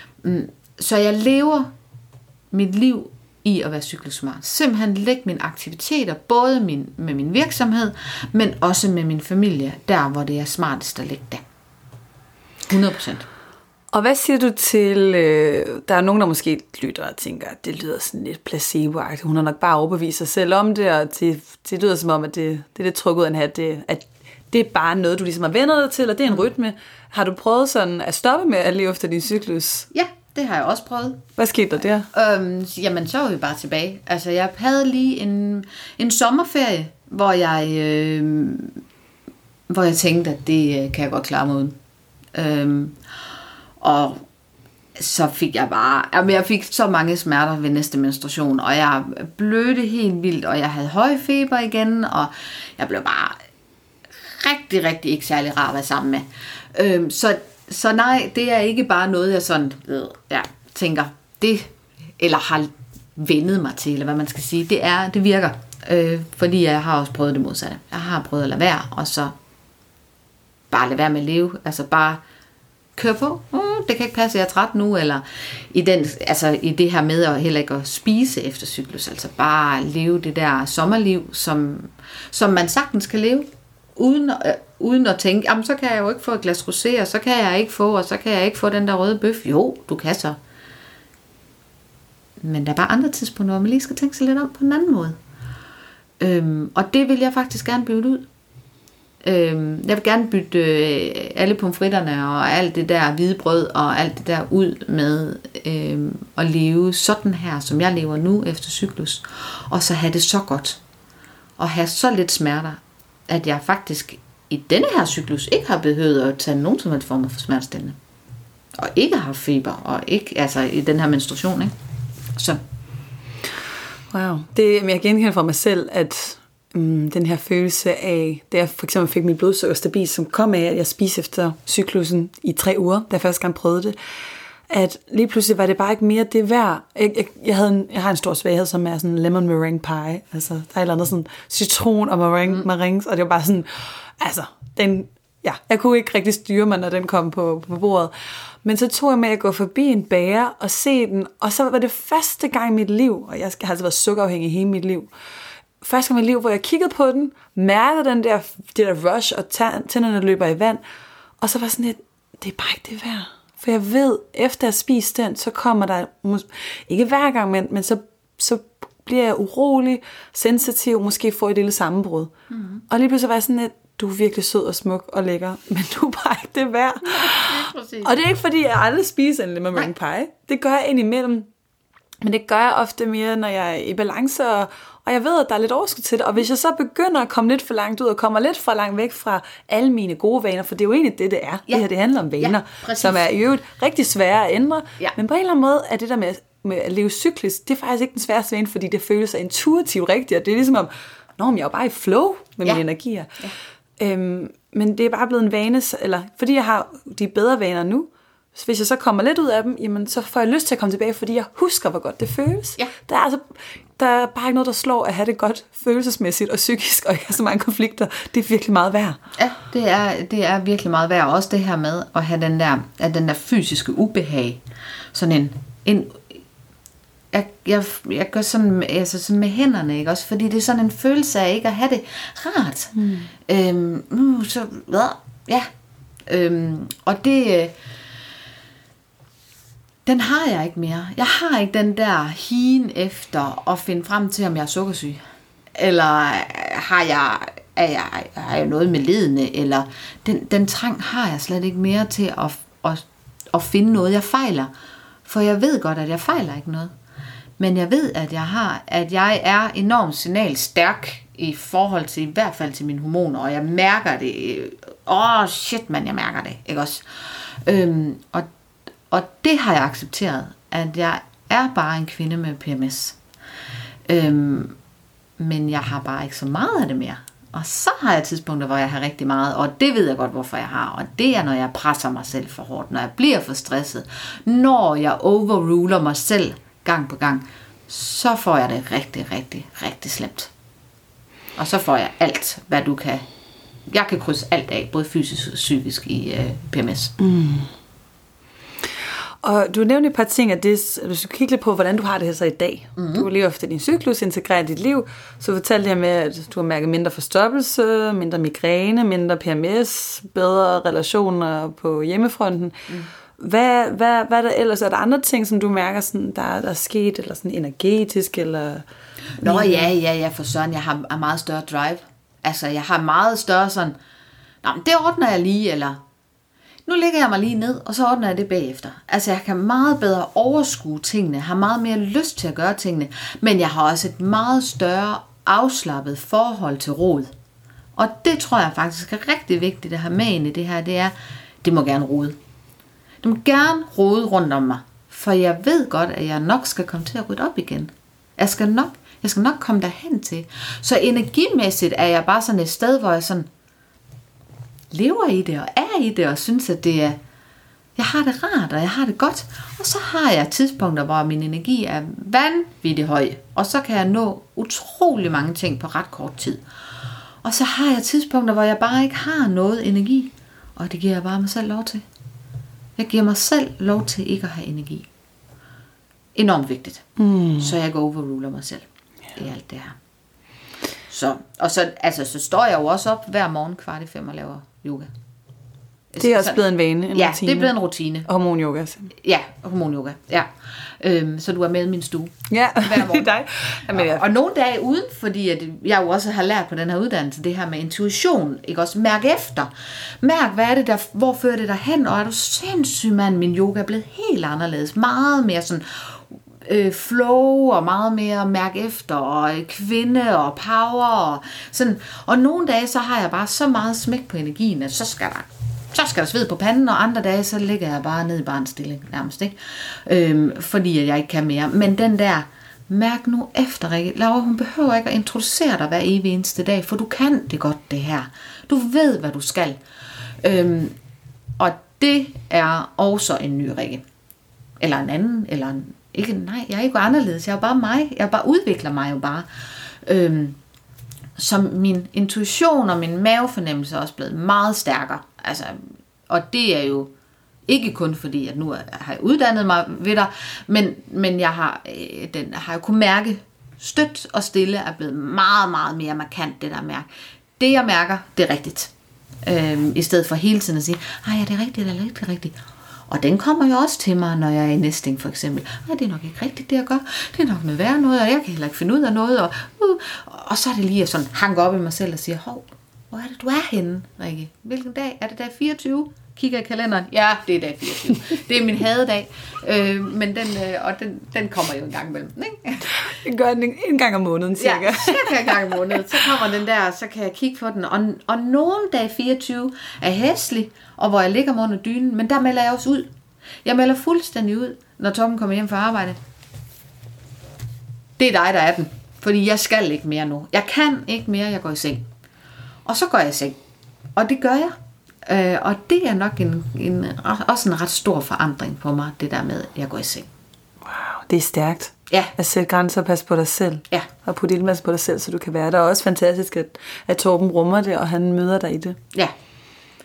Så jeg lever mit liv i at være cykelsmart. Simpelthen lægge mine aktiviteter, både min, med min virksomhed, men også med min familie, der hvor det er smartest at lægge det. hundrede procent. Og hvad siger du til, øh, der er nogen, der måske lytter og tænker, at det lyder sådan lidt placebo-agtigt. Hun har nok bare overbevist sig selv om det, og det, det lyder som om, at det, det er lidt trukket ud af en hat, det, at det er bare noget, du ligesom har vendt dig til, og det er en rytme. Har du prøvet sådan at stoppe med at leve efter din cyklus? Ja, det har jeg også prøvet. Hvad skete der der? Øhm, jamen, så var vi bare tilbage. Altså, jeg havde lige en, en sommerferie, hvor jeg, øh, hvor jeg tænkte, at det kan jeg godt klare mig uden. Øhm, og så fik jeg bare, jamen jeg fik så mange smerter ved næste menstruation, og jeg blødte helt vildt, og jeg havde høj feber igen, og jeg blev bare rigtig, rigtig ikke særlig rar at være sammen med. Øhm, så, så nej, det er ikke bare noget, jeg sådan, øh, ja, tænker, det, eller har vendet mig til, eller hvad man skal sige, det er, det virker, øh, fordi jeg har også prøvet det modsatte. Jeg har prøvet at lade være, og så bare lade være med at leve, altså bare køre på, uh, det kan ikke passe, jeg er træt nu, eller i, den, altså i det her med at heller ikke at spise efter cyklus, altså bare leve det der sommerliv, som, som man sagtens kan leve, uden, øh, uden at tænke, jamen så kan jeg jo ikke få et glas rosé, og så kan jeg ikke få, og så kan jeg ikke få den der røde bøf. Jo, du kan så. Men der er bare andre tidspunkter, hvor man lige skal tænke sig lidt om på en anden måde. Øhm, og det vil jeg faktisk gerne bytte ud. Øhm, jeg vil gerne bytte øh, alle pomfritterne og alt det der hvide brød og alt det der ud med øh, at leve sådan her, som jeg lever nu efter cyklus. Og så have det så godt. Og have så lidt smerter, at jeg faktisk i denne her cyklus ikke har behøvet at tage nogen som helst form for smertestillende. Og ikke har feber, og ikke, altså i den her menstruation, ikke? Så. Wow. Det, jeg genkender fra mig selv, at um, den her følelse af, da jeg for eksempel fik mit blodsukker stabilt, som kom af, at jeg spiste efter cyklusen i tre uger, da jeg første gang prøvede det, at lige pludselig var det bare ikke mere det værd. Jeg, jeg, jeg, havde en, jeg har en stor svaghed, som er sådan lemon meringue pie. Altså, der er et eller andet sådan citron og meringue, mm. meringues, og det var bare sådan, altså, den, ja, jeg kunne ikke rigtig styre mig, når den kom på, på bordet. Men så tog jeg med at gå forbi en bager og se den, og så var det første gang i mit liv, og jeg har altså været sukkerafhængig hele mit liv, første gang i mit liv, hvor jeg kiggede på den, mærkede den der, det der rush, og tænderne løber i vand, og så var sådan lidt, det er bare ikke det værd. For jeg ved, efter at spise den, så kommer der, ikke hver gang, men, men så, så bliver jeg urolig, sensitiv, måske får et lille sammenbrud. Mm-hmm. Og lige pludselig var jeg sådan lidt, du er virkelig sød og smuk og lækker, men du er bare ikke det værd. Ja, og det er ikke fordi, jeg aldrig spiser en lemon meringue pie. Det gør jeg indimellem. Men det gør jeg ofte mere, når jeg er i balance, og, og jeg ved, at der er lidt overskud til det. Og hvis jeg så begynder at komme lidt for langt ud, og kommer lidt for langt væk fra alle mine gode vaner, for det er jo egentlig det, det er. Ja. Det her, det handler om vaner, ja, som er i øvrigt rigtig svære at ændre. Ja. Men på en eller anden måde er det der med, med at leve cyklisk, det er faktisk ikke den sværeste vane, fordi det føles sig intuitivt rigtigt. Og det er ligesom om, nå, men jeg er jo bare i flow med ja. mine energier. Ja. Øhm, men det er bare blevet en vane, eller fordi jeg har de bedre vaner nu, så hvis jeg så kommer lidt ud af dem, jamen, så får jeg lyst til at komme tilbage, fordi jeg husker, hvor godt det føles. Ja. Der er altså der er bare ikke noget, der slår at have det godt følelsesmæssigt og psykisk, og ikke have så mange konflikter. Det er virkelig meget værd. Ja, det er, det er virkelig meget værd. Også det her med at have den der, at den der fysiske ubehag. Sådan en en jeg, jeg, jeg gør sådan, altså sådan med hænderne, ikke også? Fordi det er sådan en følelse af ikke at have det rart. Mm. Øhm, uh, så, ja. Øhm, og det, øh, den har jeg ikke mere. Jeg har ikke den der higen efter at finde frem til, om jeg er sukkersyg. Eller har jeg, er jeg, har jeg noget med ledende, eller den, den trang har jeg slet ikke mere til at, at, at finde noget, jeg fejler. For jeg ved godt, at jeg fejler ikke noget. Men jeg ved, at jeg har, at jeg er enormt signalstærk i forhold til, i hvert fald til mine hormoner, og jeg mærker det. Åh, oh, shit, man, jeg mærker det, ikke også? Øhm, og, og det har jeg accepteret, at jeg er bare en kvinde med P M S. Øhm, men jeg har bare ikke så meget af det mere. Og så har jeg tidspunkter, hvor jeg har rigtig meget, og det ved jeg godt, hvorfor jeg har. Og det er, når jeg presser mig selv for hårdt, når jeg bliver for stresset, når jeg overruler mig selv gang på gang, så får jeg det rigtig, rigtig, rigtig slemt. Og så får jeg alt, hvad du kan. Jeg kan krydse alt af, både fysisk og psykisk i øh, P M S. Mm. Og du nævnte et par ting af det, du skal kigge lidt på, hvordan du har det her så i dag. Mm-hmm. Du lever efter din cyklus, integrerer dit liv. Så fortalte jeg med, at du har mærket mindre forstoppelse, mindre migræne, mindre P M S, bedre relationer på hjemmefronten. Mm. Hvad, hvad, hvad er der ellers? Er der andre ting, som du mærker, sådan, der, der er sket, eller sådan energetisk? Eller... Nå ja, ja, ja, for søren, jeg har meget større drive. Altså, jeg har meget større sådan, nå, men det ordner jeg lige, eller nu lægger jeg mig lige ned, og så ordner jeg det bagefter. Altså, jeg kan meget bedre overskue tingene, har meget mere lyst til at gøre tingene, men jeg har også et meget større afslappet forhold til rod. Og det tror jeg faktisk er rigtig vigtigt at have med ind i det her, det er, det må gerne rode. Det må gerne rode rundt om mig, for jeg ved godt, at jeg nok skal komme til at rydde op igen. Jeg skal nok, jeg skal nok komme derhen til. Så energimæssigt er jeg bare sådan et sted, hvor jeg sådan lever i det og er i det og synes, at det er, jeg har det rart, og jeg har det godt. Og så har jeg tidspunkter, hvor min energi er vanvittigt høj, og så kan jeg nå utrolig mange ting på ret kort tid. Og så har jeg tidspunkter, hvor jeg bare ikke har noget energi, og det giver jeg bare mig selv lov til. Jeg giver mig selv lov til ikke at have energi. Enormt vigtigt. Mm. Så jeg går overruler mig selv i yeah. alt det her. Så, og så, altså, så står jeg jo også op hver morgen kvart i fem og laver yoga. Det er også blevet en vane, en ja, rutine. det er blevet en rutine. Hormonyoga. Ja, hormonyoga. Ja. Øhm, så du er med i min stue. Ja, hver morgen. Det er dig. Jamen, ja. og, og nogle dage uden, fordi at jeg jo også har lært på den her uddannelse, det her med intuition, ikke også? Mærk efter. Mærk, hvad er det der, hvor fører det dig hen? Og er du sindssyg, mand, min yoga er blevet helt anderledes. Meget mere sådan øh, flow, og meget mere mærk efter, og kvinde, og power, og sådan. Og nogle dage, så har jeg bare så meget smæk på energien, at så skal der Så skal der sved på panden, og andre dage, så ligger jeg bare ned i barnstilling nærmest, ikke? Øhm, fordi jeg ikke kan mere. Men den der, mærk nu efter, Rikke. Laura, hun behøver ikke at introducere dig hver evig eneste dag, for du kan det godt, det her. Du ved, hvad du skal. Øhm, og det er også en ny Rikke. Eller en anden, eller en, ikke, nej, jeg er ikke anderledes. Jeg er bare mig. Jeg bare udvikler mig jo bare. Øhm, som min intuition og min mavefornemmelse er også blevet meget stærkere. Altså, og det er jo ikke kun fordi, at nu har jeg uddannet mig ved dig, men, men jeg har, øh, den, har jo kunnet mærke, støt og stille er blevet meget, meget mere markant, det der mærke. Det jeg mærker, det er rigtigt. Øhm, I stedet for hele tiden at sige, ej, er det rigtigt eller ikke rigtigt? Og den kommer jo også til mig, når jeg er i nesting for eksempel. Ej, det er nok ikke rigtigt, det jeg gør. Det er nok noget værre noget, og jeg kan heller ikke finde ud af noget. Og, uh, og så er det lige at sådan hanke op i mig selv og sige, hov, hvor er det, du er henne, Rikke? Hvilken dag? Er det dag fireogtyve? Kigger i kalenderen. Ja, det er dag fireogtyve. Det er min hadedag. Øh, men den, øh, og den, den kommer jo en gang imellem. Ikke? Den gør den en gang om måneden, cirka. Ja, cirka en gang om måneden. Så kommer den der, så kan jeg kigge på den. Og, og nogle dag fireogtyve er hæslig, og hvor jeg ligger mig under dynen. Men der melder jeg også ud. Jeg melder fuldstændig ud, når Torben kommer hjem fra arbejde. Det er dig, der er den. Fordi jeg skal ikke mere nu. Jeg kan ikke mere, jeg går i seng. Og så går jeg i seng. Og det gør jeg. Øh, og det er nok en, en, også en ret stor forandring på mig, det der med, at jeg går i seng. Wow, det er stærkt. Ja. At sætte grænser og passe på dig selv. Ja. Og putte ildmasse på dig selv, så du kan være der. Og også fantastisk, at, at Torben rummer det, og han møder dig i det. Ja.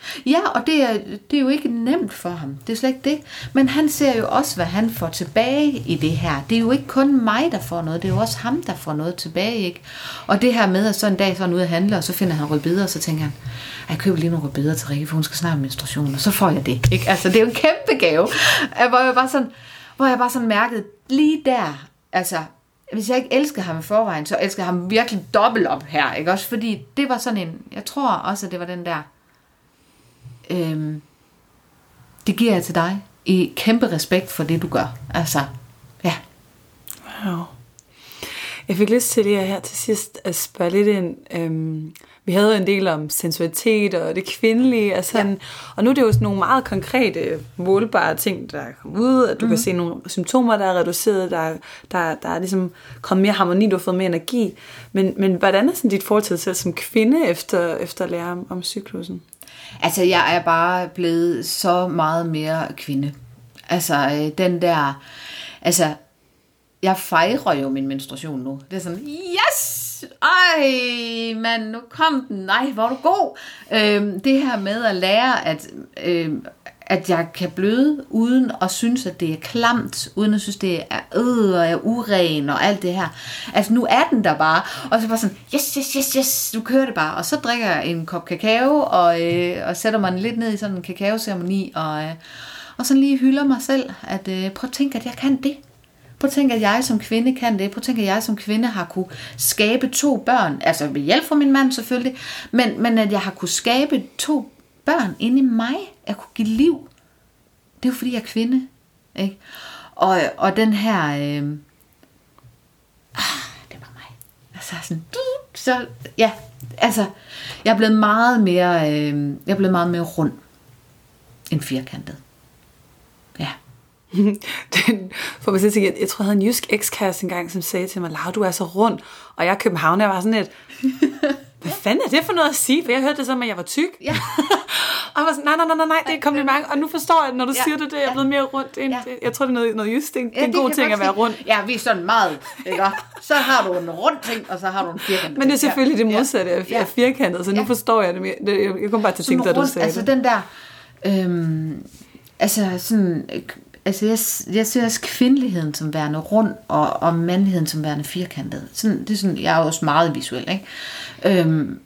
Ja, og det er, det er jo ikke nemt for ham. Det er slet ikke det. Men han ser jo også, hvad han får tilbage i det her. Det er jo ikke kun mig, der får noget. Det er jo også ham, der får noget tilbage, ikke? Og det her med, at så en dag så er han ude at handle, og så finder han rødbeder, og så tænker han, jeg køber lige nogle rødbeder til Rikke, for hun skal snart menstruation, og så får jeg det, ikke? Altså, det er jo en kæmpe gave. Hvor jeg bare sådan, hvor jeg bare sådan mærkede, lige der, altså, hvis jeg ikke elskede ham i forvejen, så elskede jeg ham virkelig dobbelt op her, ikke? Også fordi det var sådan en, jeg tror også, at det var den der, Øhm, det giver jeg til dig i kæmpe respekt for det du gør. Altså, ja. Wow. Jeg fik lyst til lige her til sidst at spørge lidt ind. Øhm, vi havde jo en del om sensualitet og det kvindelige og sådan, ja. Og nu er det jo sådan nogle meget konkrete, målbare ting, der er kommet ud, at du mm-hmm. kan se nogle symptomer, der er reduceret, der, der, der er ligesom kommet mere harmoni, du har fået mere energi. Men, men hvordan er sådan dit forhold til dig selv som kvinde efter, efter at lære om, om cyklusen? Altså, jeg er bare blevet så meget mere kvinde. Altså, den der... Altså, jeg fejrer jo min menstruation nu. Det er sådan, yes! Ej, mand, nu kom den. Nej, hvor er du god. Øhm, det her med at lære, at, øhm, at jeg kan bløde, uden at synes, at det er klamt, uden at synes, det er øh og er uren og alt det her. Altså, nu er den der bare. Og så bare sådan, yes, yes, yes, yes, du kører det bare. Og så drikker jeg en kop kakao, og, øh, og sætter mig lidt ned i sådan en kakaoceremoni, og, øh, og så lige hylder mig selv, at øh, prøv at tænke, at jeg kan det. Prøv at tænke, at jeg som kvinde kan det. Prøv at tænke, at jeg som kvinde har kunne skabe to børn. Altså ved hjælp fra min mand selvfølgelig. Men, men at jeg har kunne skabe to børn inde i mig. Jeg kunne give liv. Det er jo fordi, jeg er kvinde. Ikke? Og, og den her... Øh, ah, det var mig. Altså sådan... Så, ja, altså... Jeg er blevet meget mere... Øh, jeg er blevet meget mere rund end firkantet. Ja. Den får mig til at sige, jeg, jeg tror, jeg havde en jysk ekskæreste engang, som sagde til mig, Laura, du er så rund, og jeg er København, jeg var sådan et, hvad fanden er det for noget at sige? For jeg hørte det som, at jeg var tyk. Ja. Og jeg var sådan, nej, nej, nej, nej, det er et kompliment, og nu forstår jeg, når du ja. siger det, det er blevet mere rundt. End, ja. Jeg tror, det er noget, noget jysk, det er en, ja, det er en god ting at være rund. Ja, vi er sådan meget, ikke? Så har du en rund ting, og så har du en firkantet. Men det er selvfølgelig ja. det modsatte af ja. firkantet, så nu ja. forstår jeg det mere. Jeg kom bare til at tænke, da du sagde altså det. Den der, øhm, altså sådan... Altså, jeg, jeg ser også kvindeligheden som værende rund, og, og mandligheden som værende firkantet. Sådan, det er sådan, jeg er også meget visuel, ikke? Øhm,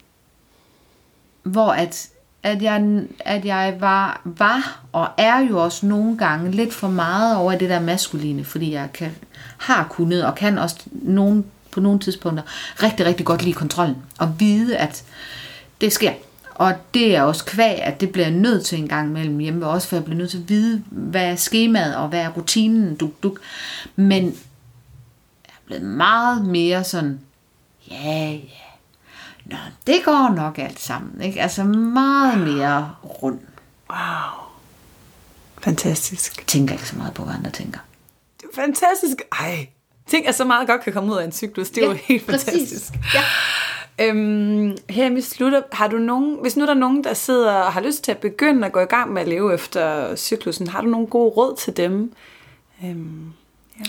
hvor at, at, jeg, at jeg var, var, og er jo også nogle gange lidt for meget over det der maskuline, fordi jeg kan, har kunnet, og kan også nogen, på nogle tidspunkter rigtig, rigtig godt lide kontrollen, og vide, at det sker. Og det er også kvæg, at det bliver jeg nødt til en gang mellem hjemme, også for jeg bliver nødt til at vide, hvad er skemaet, og hvad er rutinen, duk, duk. Men jeg er blevet meget mere sådan, ja, ja, nå, det går nok alt sammen, ikke? Altså meget mere rund. Wow. Fantastisk. Jeg tænker ikke så meget på, hvad andre tænker. Det er fantastisk. Ej, tænk, at så meget godt kan komme ud af en cyklus. Det er ja, jo helt præcis. Fantastisk. Ja. Øhm, her vi slutter, har du nogen, hvis nu der er nogen, der sidder og har lyst til at begynde at gå i gang med at leve efter cyklusen, har du nogle gode råd til dem? Øhm, ja.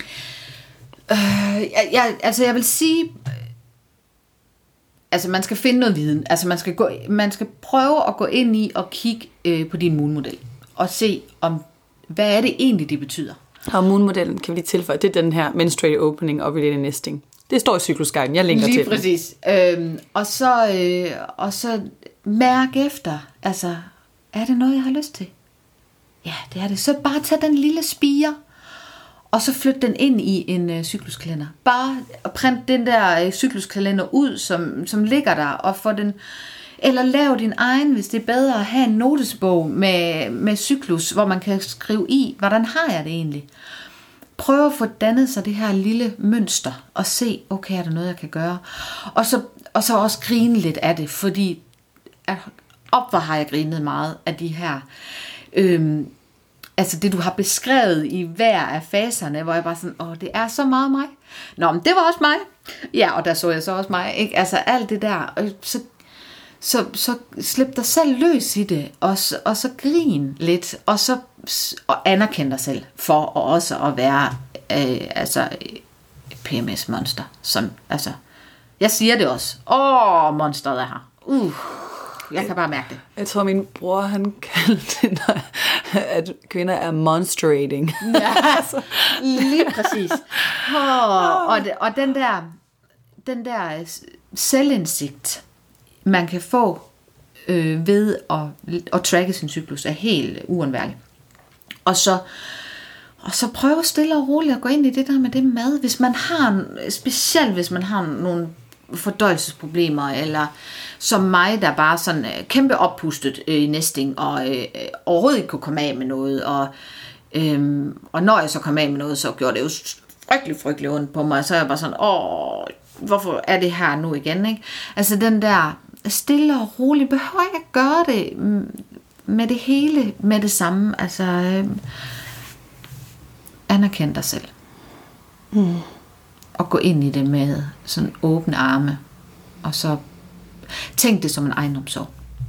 øh, jeg, jeg, altså jeg vil sige, altså man skal finde noget viden, altså man skal, gå, man skal prøve at gå ind i og kigge øh, på din Moon-model, og se om, hvad er det egentlig det betyder. Og Moon-modellen kan vi lige tilføje, det er den her menstruated opening og ovulating nesting. Det står i cyklusguiden, jeg linker lige til præcis. Øhm, og, så, øh, og så mærk efter, altså, er det noget, jeg har lyst til? Ja, det er det. Så bare tag den lille spire, og så flyt den ind i en øh, cykluskalender. Bare print den der øh, cykluskalender ud, som, som ligger der, og få den, eller lav din egen, hvis det er bedre at have en notesbog med, med cyklus, hvor man kan skrive i, hvordan har jeg det egentlig? Prøv at få dannet sig det her lille mønster, og se, okay, er der noget, jeg kan gøre? Og så, og så også grine lidt af det, fordi op hvor har jeg grinet meget af de her, øhm, altså det du har beskrevet i hver af faserne, hvor jeg bare sådan, åh, det er så meget mig. Nå, men det var også mig. Ja, og der så jeg så også mig, ikke? Altså alt det der, og så, så, så slip dig selv løs i det, og, og så grin lidt, og så og anerkend dig selv for og også at være øh, altså P M S-monster. Som, altså, jeg siger det også. Åh, monsteret er her. Uh. jeg kan bare mærke det. Jeg tror, min bror, han kaldte det, at kvinder er menstruating. Ja, altså. Lige præcis. Oh, og, det, og den der, den der selvindsigt, man kan få øh, ved at, at tracke sin cyklus, er helt uundværlig. Og så, og så prøve stille og roligt at gå ind i det der med det mad. Hvis man har, specielt hvis man har nogle fordøjelsesproblemer, eller som mig, der bare sådan kæmpe oppustet øh, i næsting, og øh, overhovedet ikke kunne komme af med noget, og, øh, og når jeg så kom af med noget, så gjorde det jo frygtelig, frygtelig ondt på mig, så er jeg bare sådan, åh, hvorfor er det her nu igen, ikke? Altså den der stille og roligt, behøver ikke at gøre det med det hele, med det samme, altså øh, anerkend dig selv. Mm. Og gå ind i det med sådan åbne arme, og så tænk det som en ejendomssorg.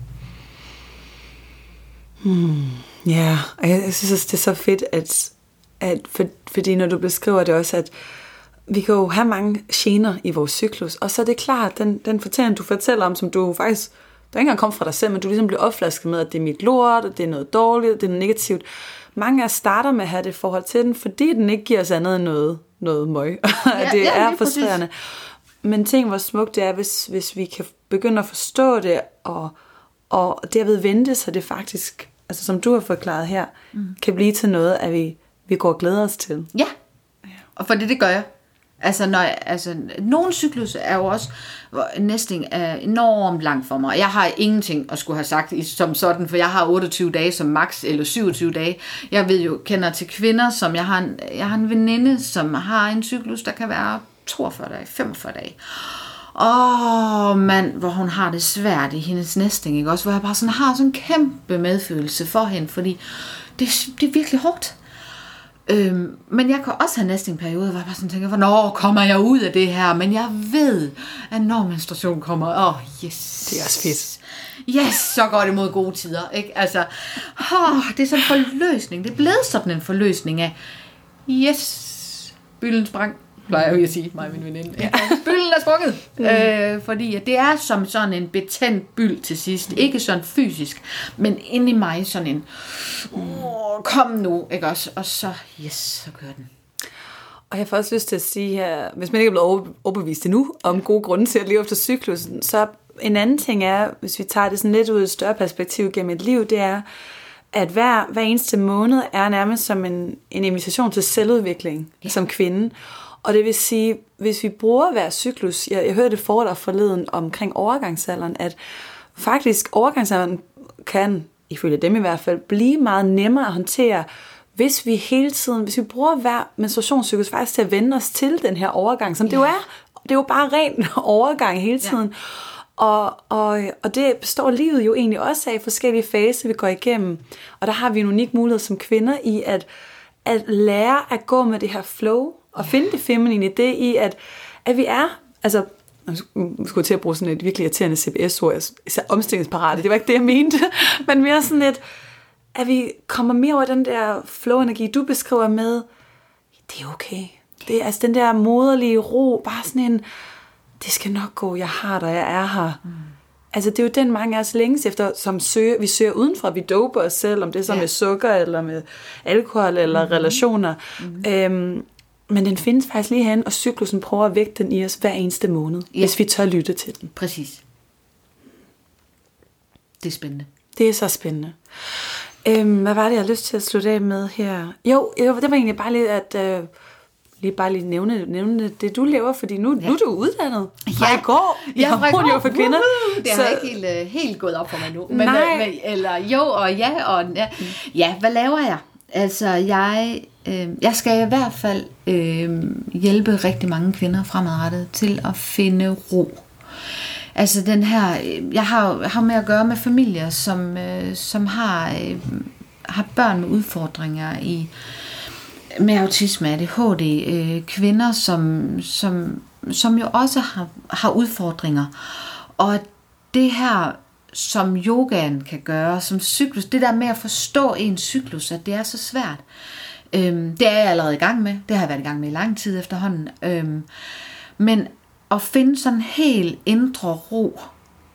Hmm. Ja, og jeg, jeg synes også, det er så fedt, at, at for, fordi når du beskriver det også, at vi kan jo have mange gener i vores cyklus, og så er det klart, den, den fortælling, du fortæller om, som du faktisk, der ikke engang kom fra dig selv, men du ligesom bliver opflasket med, at det er mit lort, og det er noget dårligt, og det er noget negativt. Mange af os starter med at have det forhold til den, fordi den ikke giver os andet end noget, noget møg. Ja, det ja, er frustrerende. Men ting, hvor smukt det er, hvis, hvis vi kan begynde at forstå det, og, og derved vente, så det faktisk, altså som du har forklaret her, mm. kan blive til noget, at vi, vi går og glæder os til. Ja, og for det, det gør jeg. Altså, når jeg, altså, nogle cyklus er jo også, næsten er enormt langt for mig. Jeg har ingenting at skulle have sagt som sådan, for jeg har otteogtyve dage som max, eller syvogtyve dage. Jeg ved jo, kender til kvinder, som jeg har en, jeg har en veninde, som har en cyklus, der kan være toogfyrre dage, femogfyrre dage. Åh, mand, hvor hun har det svært i hendes næsting, ikke også? Hvor jeg bare sådan har sådan en kæmpe medfølelse for hende, fordi det, det er virkelig hårdt. Øhm, men jeg kan også have næsten en periode, hvor jeg bare sådan tænker, hvornår kommer jeg ud af det her? Men jeg ved, at når menstruation kommer, åh, oh, yes. Det er også fedt. Yes, så går det mod gode tider, ikke? Altså, oh, det er sådan en forløsning. Det er blevet sådan en forløsning af, yes, bylden sprang, plejer jeg jo at sige, mig og min veninde. Ja. Bylden er sprunget. Mm. Øh, fordi det er som sådan en betændt byld til sidst. Ikke sådan fysisk, men inde i mig sådan en, oh, kom nu, ikke også? Og så, yes, så gør den. Og jeg får også lyst til at sige her, hvis man ikke er blevet overbevist endnu om gode grunde til at leve efter cyklusen, så en anden ting er, hvis vi tager det sådan lidt ud i et større perspektiv gennem et liv, det er, at hver, hver eneste måned er nærmest som en, en invitation til selvudvikling, ja, som kvinde. Og det vil sige, hvis vi bruger hver cyklus, jeg, jeg hørte det foredrag forleden omkring overgangsalderen, at faktisk overgangsalderen kan, ifølge dem i hvert fald, blive meget nemmere at håndtere, hvis vi hele tiden, hvis vi bruger hver menstruationscyklus faktisk til at vende os til den her overgang, som ja. det jo er. Det er jo bare ren overgang hele tiden. Ja. Og, og, og det består livet jo egentlig også af forskellige faser, vi går igennem. Og der har vi en unik mulighed som kvinder i at, at lære at gå med det her flow, og ja. finde det feminine i det i, at, at vi er, altså, jeg skulle til at bruge sådan et virkelig irriterende C B S-ord, især omstillingsparate, det var ikke det, jeg mente, men mere sådan et, at vi kommer mere over den der flow-energi, du beskriver med, det er okay. Det er altså den der moderlige ro, bare sådan en, det skal nok gå, jeg har dig, jeg er her. Mm. Altså det er jo den, mange af os længes efter, som søger, vi søger udenfra, vi doper os selv, om det er så ja. med sukker, eller med alkohol, eller mm-hmm. relationer. Mm-hmm. Øhm, men den findes faktisk lige hen, og cyklusen prøver at vække den i os hver eneste måned, ja. hvis vi tør lytte til den. Præcis. Det er spændende. Det er så spændende. Øhm, hvad var det, jeg har lyst til at slutte af med her? Jo, det var egentlig bare lidt, at øh, lige bare lige nævne, nævne det, du laver, fordi nu, ja. nu er du uddannet. Ja, i går. Ja, fra i går. For kvinder. Uh, det har så... ikke helt, helt gået op for mig nu. Men, men, eller jo, og ja, og ja. Ja, hvad laver jeg? Altså, jeg, øh, jeg skal i hvert fald øh, hjælpe rigtig mange kvinder fremadrettet til at finde ro. Altså den her, jeg har, har med at gøre med familier, som, øh, som har, øh, har børn med udfordringer i, med autisme, A D H D, øh, kvinder, som, som, som jo også har, har udfordringer. Og det her, som yogaen kan gøre, som cyklus, det der med at forstå en cyklus, at det er så svært, øhm, det er jeg allerede i gang med. Det har jeg været i gang med i lang tid efterhånden. Øhm, men at finde sådan en helt indre ro,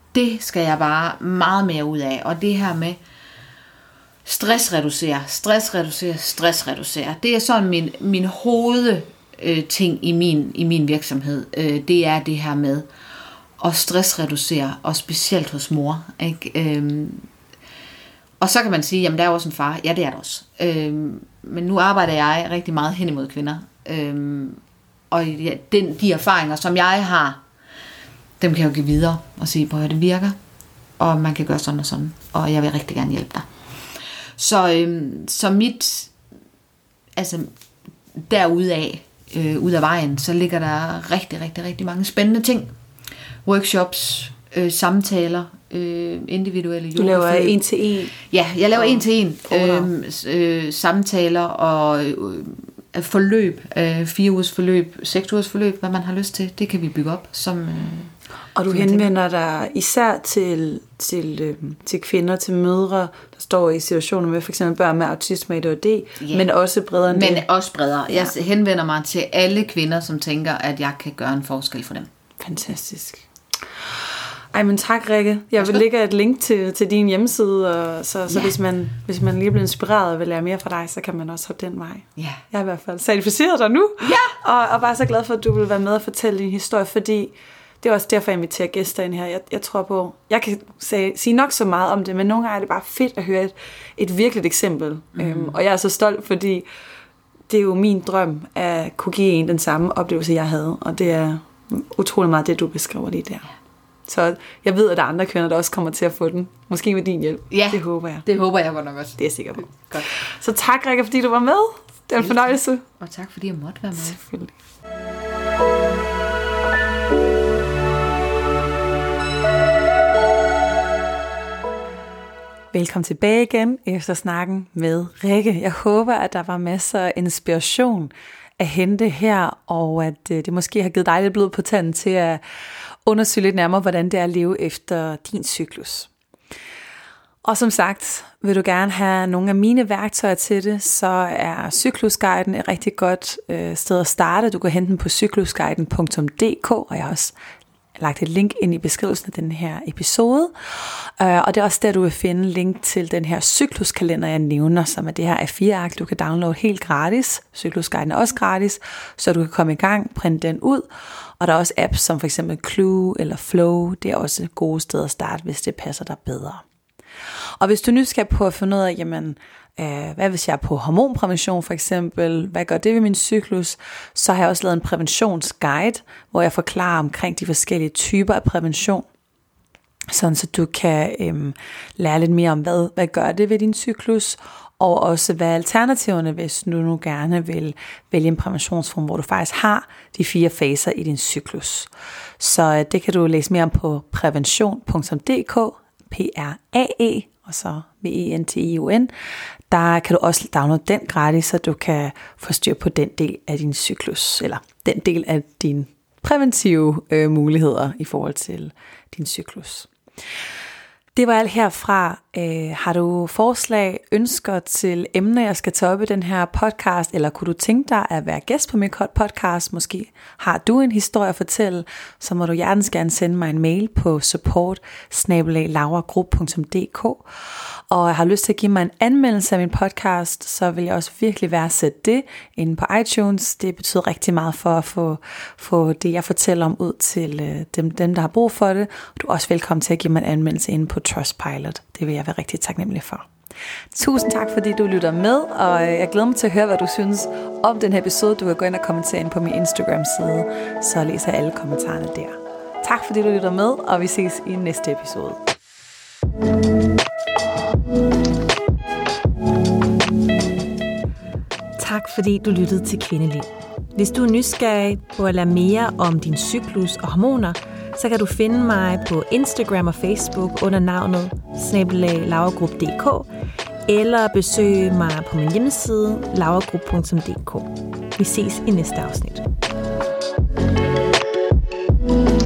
det skal jeg bare meget mere ud af. Og det her med stressreducere, stressreducere, stressreducere. Det er sådan min, min hovedting i min, i min virksomhed. Det er det her med at stressreducere, og specielt hos mor. Ikke? Øhm, og så kan man sige, jamen der er også en far. Ja, det er der også. Øhm, men nu arbejder jeg rigtig meget hen imod kvinder. Øhm, og ja, den, de erfaringer, som jeg har, dem kan jeg jo give videre og sige, på at det virker. Og man kan gøre sådan og sådan. Og jeg vil rigtig gerne hjælpe dig. Så, øhm, så mit, altså derudaf, øh, ud af vejen, så ligger der rigtig, rigtig, rigtig mange spændende ting. Workshops, øh, samtaler, øh, individuelle yoga. Du laver en til en? Ja, jeg laver en til en. Øh, øh, samtaler og øh, forløb, øh, fire ugers forløb, seks ugers forløb, hvad man har lyst til, det kan vi bygge op. Som, øh, og du henvender dig især til, til, øh, til kvinder, til mødre, der står i situationer med for eksempel børn med autisme og A D H D, ja. Men også bredere end men det. Men også bredere. Ja. Jeg henvender mig til alle kvinder, som tænker, at jeg kan gøre en forskel for dem. Fantastisk. Ej, men tak, Rikke. Jeg vil lægge et link til, til din hjemmeside, og så, så ja. hvis, man, hvis man lige bliver inspireret og vil lære mere fra dig, så kan man også hoppe den vej. Ja. Jeg er i hvert fald certificeret dig nu, ja. og, og bare så glad for, at du vil være med og fortælle din historie, fordi det er også derfor, jeg inviterer gæster ind her. Jeg, jeg tror på, jeg kan sige, sige nok så meget om det, men nogle gange er det bare fedt at høre et, et virkeligt eksempel. Mm. Øhm, og jeg er så stolt, fordi det er jo min drøm at kunne give en den samme oplevelse, jeg havde, og det er utrolig meget det, du beskriver lige der. Så jeg ved, at der er andre kvinder, der også kommer til at få den. Måske med din hjælp. Ja, det håber jeg. Det håber jeg godt nok også. Det er jeg sikker på. Godt. Så tak, Rikke, fordi du var med. Det er en fornøjelse. Og tak, fordi jeg måtte være med. Selvfølgelig. Velkommen tilbage igen efter snakken med Rikke. Jeg håber, at der var masser af inspiration at hente her, og at det måske har givet dig lidt blod på tanden til at undersøge lidt nærmere, hvordan det er at leve efter din cyklus. Og som sagt, vil du gerne have nogle af mine værktøjer til det, så er Cyklusguiden et rigtig godt øh, sted at starte. Du kan hente den på cyklusguiden punktum d k, og jeg har også lagt et link ind i beskrivelsen af den her episode. Uh, og det er også der, du vil finde link til den her cykluskalender, jeg nævner, som er det her A fire ark, du kan downloade helt gratis. Cyklusguiden er også gratis, så du kan komme i gang, printe den ud. Og der er også apps som for eksempel Clue eller Flow. Det er også gode steder at starte, hvis det passer dig bedre. Og hvis du nu skal på at finde ud af, jamen, øh, hvad hvis jeg er på hormonprævention for eksempel, hvad gør det ved min cyklus, så har jeg også lavet en præventionsguide, hvor jeg forklarer omkring de forskellige typer af prævention, sådan så du kan øh, lære lidt mere om, hvad, hvad gør det ved din cyklus, og også hvad alternativerne, hvis du nu gerne vil vælge en præventionsform, hvor du faktisk har de fire faser i din cyklus. Så det kan du læse mere om på prævention punktum d k, P R A E, og så V E N T I O N. Der kan du også downloade den gratis, så du kan få styr på den del af din cyklus, eller den del af dine præventive øh, muligheder i forhold til din cyklus. Det var alt herfra. Øh, har du forslag, ønsker til emner, jeg skal tage op i den her podcast, eller kunne du tænke dig at være gæst på min podcast? Måske har du en historie at fortælle, så må du hjertens gerne sende mig en mail på support snabel-a lauragrup punktum d k. Og har lyst til at give mig en anmeldelse af min podcast, så vil jeg også virkelig værdsætte det inde på iTunes. Det betyder rigtig meget for at få, få det, jeg fortæller om, ud til øh, dem, dem, der har brug for det. Du er også velkommen til at give mig en anmeldelse inde på Trustpilot. Det vil jeg være rigtig taknemmelig for. Tusind tak, fordi du lytter med, og jeg glæder mig til at høre, hvad du synes om den her episode. Du kan gå ind og kommentere ind på min Instagram-side, så læser jeg alle kommentarerne der. Tak fordi du lytter med, og vi ses i næste episode. Tak fordi du lyttede til Kvindeliv. Hvis du er nysgerrig på at lære mere om din cyklus og hormoner, så kan du finde mig på Instagram og Facebook under navnet snabel-a lauragrup punktum d k eller besøge mig på min hjemmeside lauragrup punktum d k. Vi ses i næste afsnit.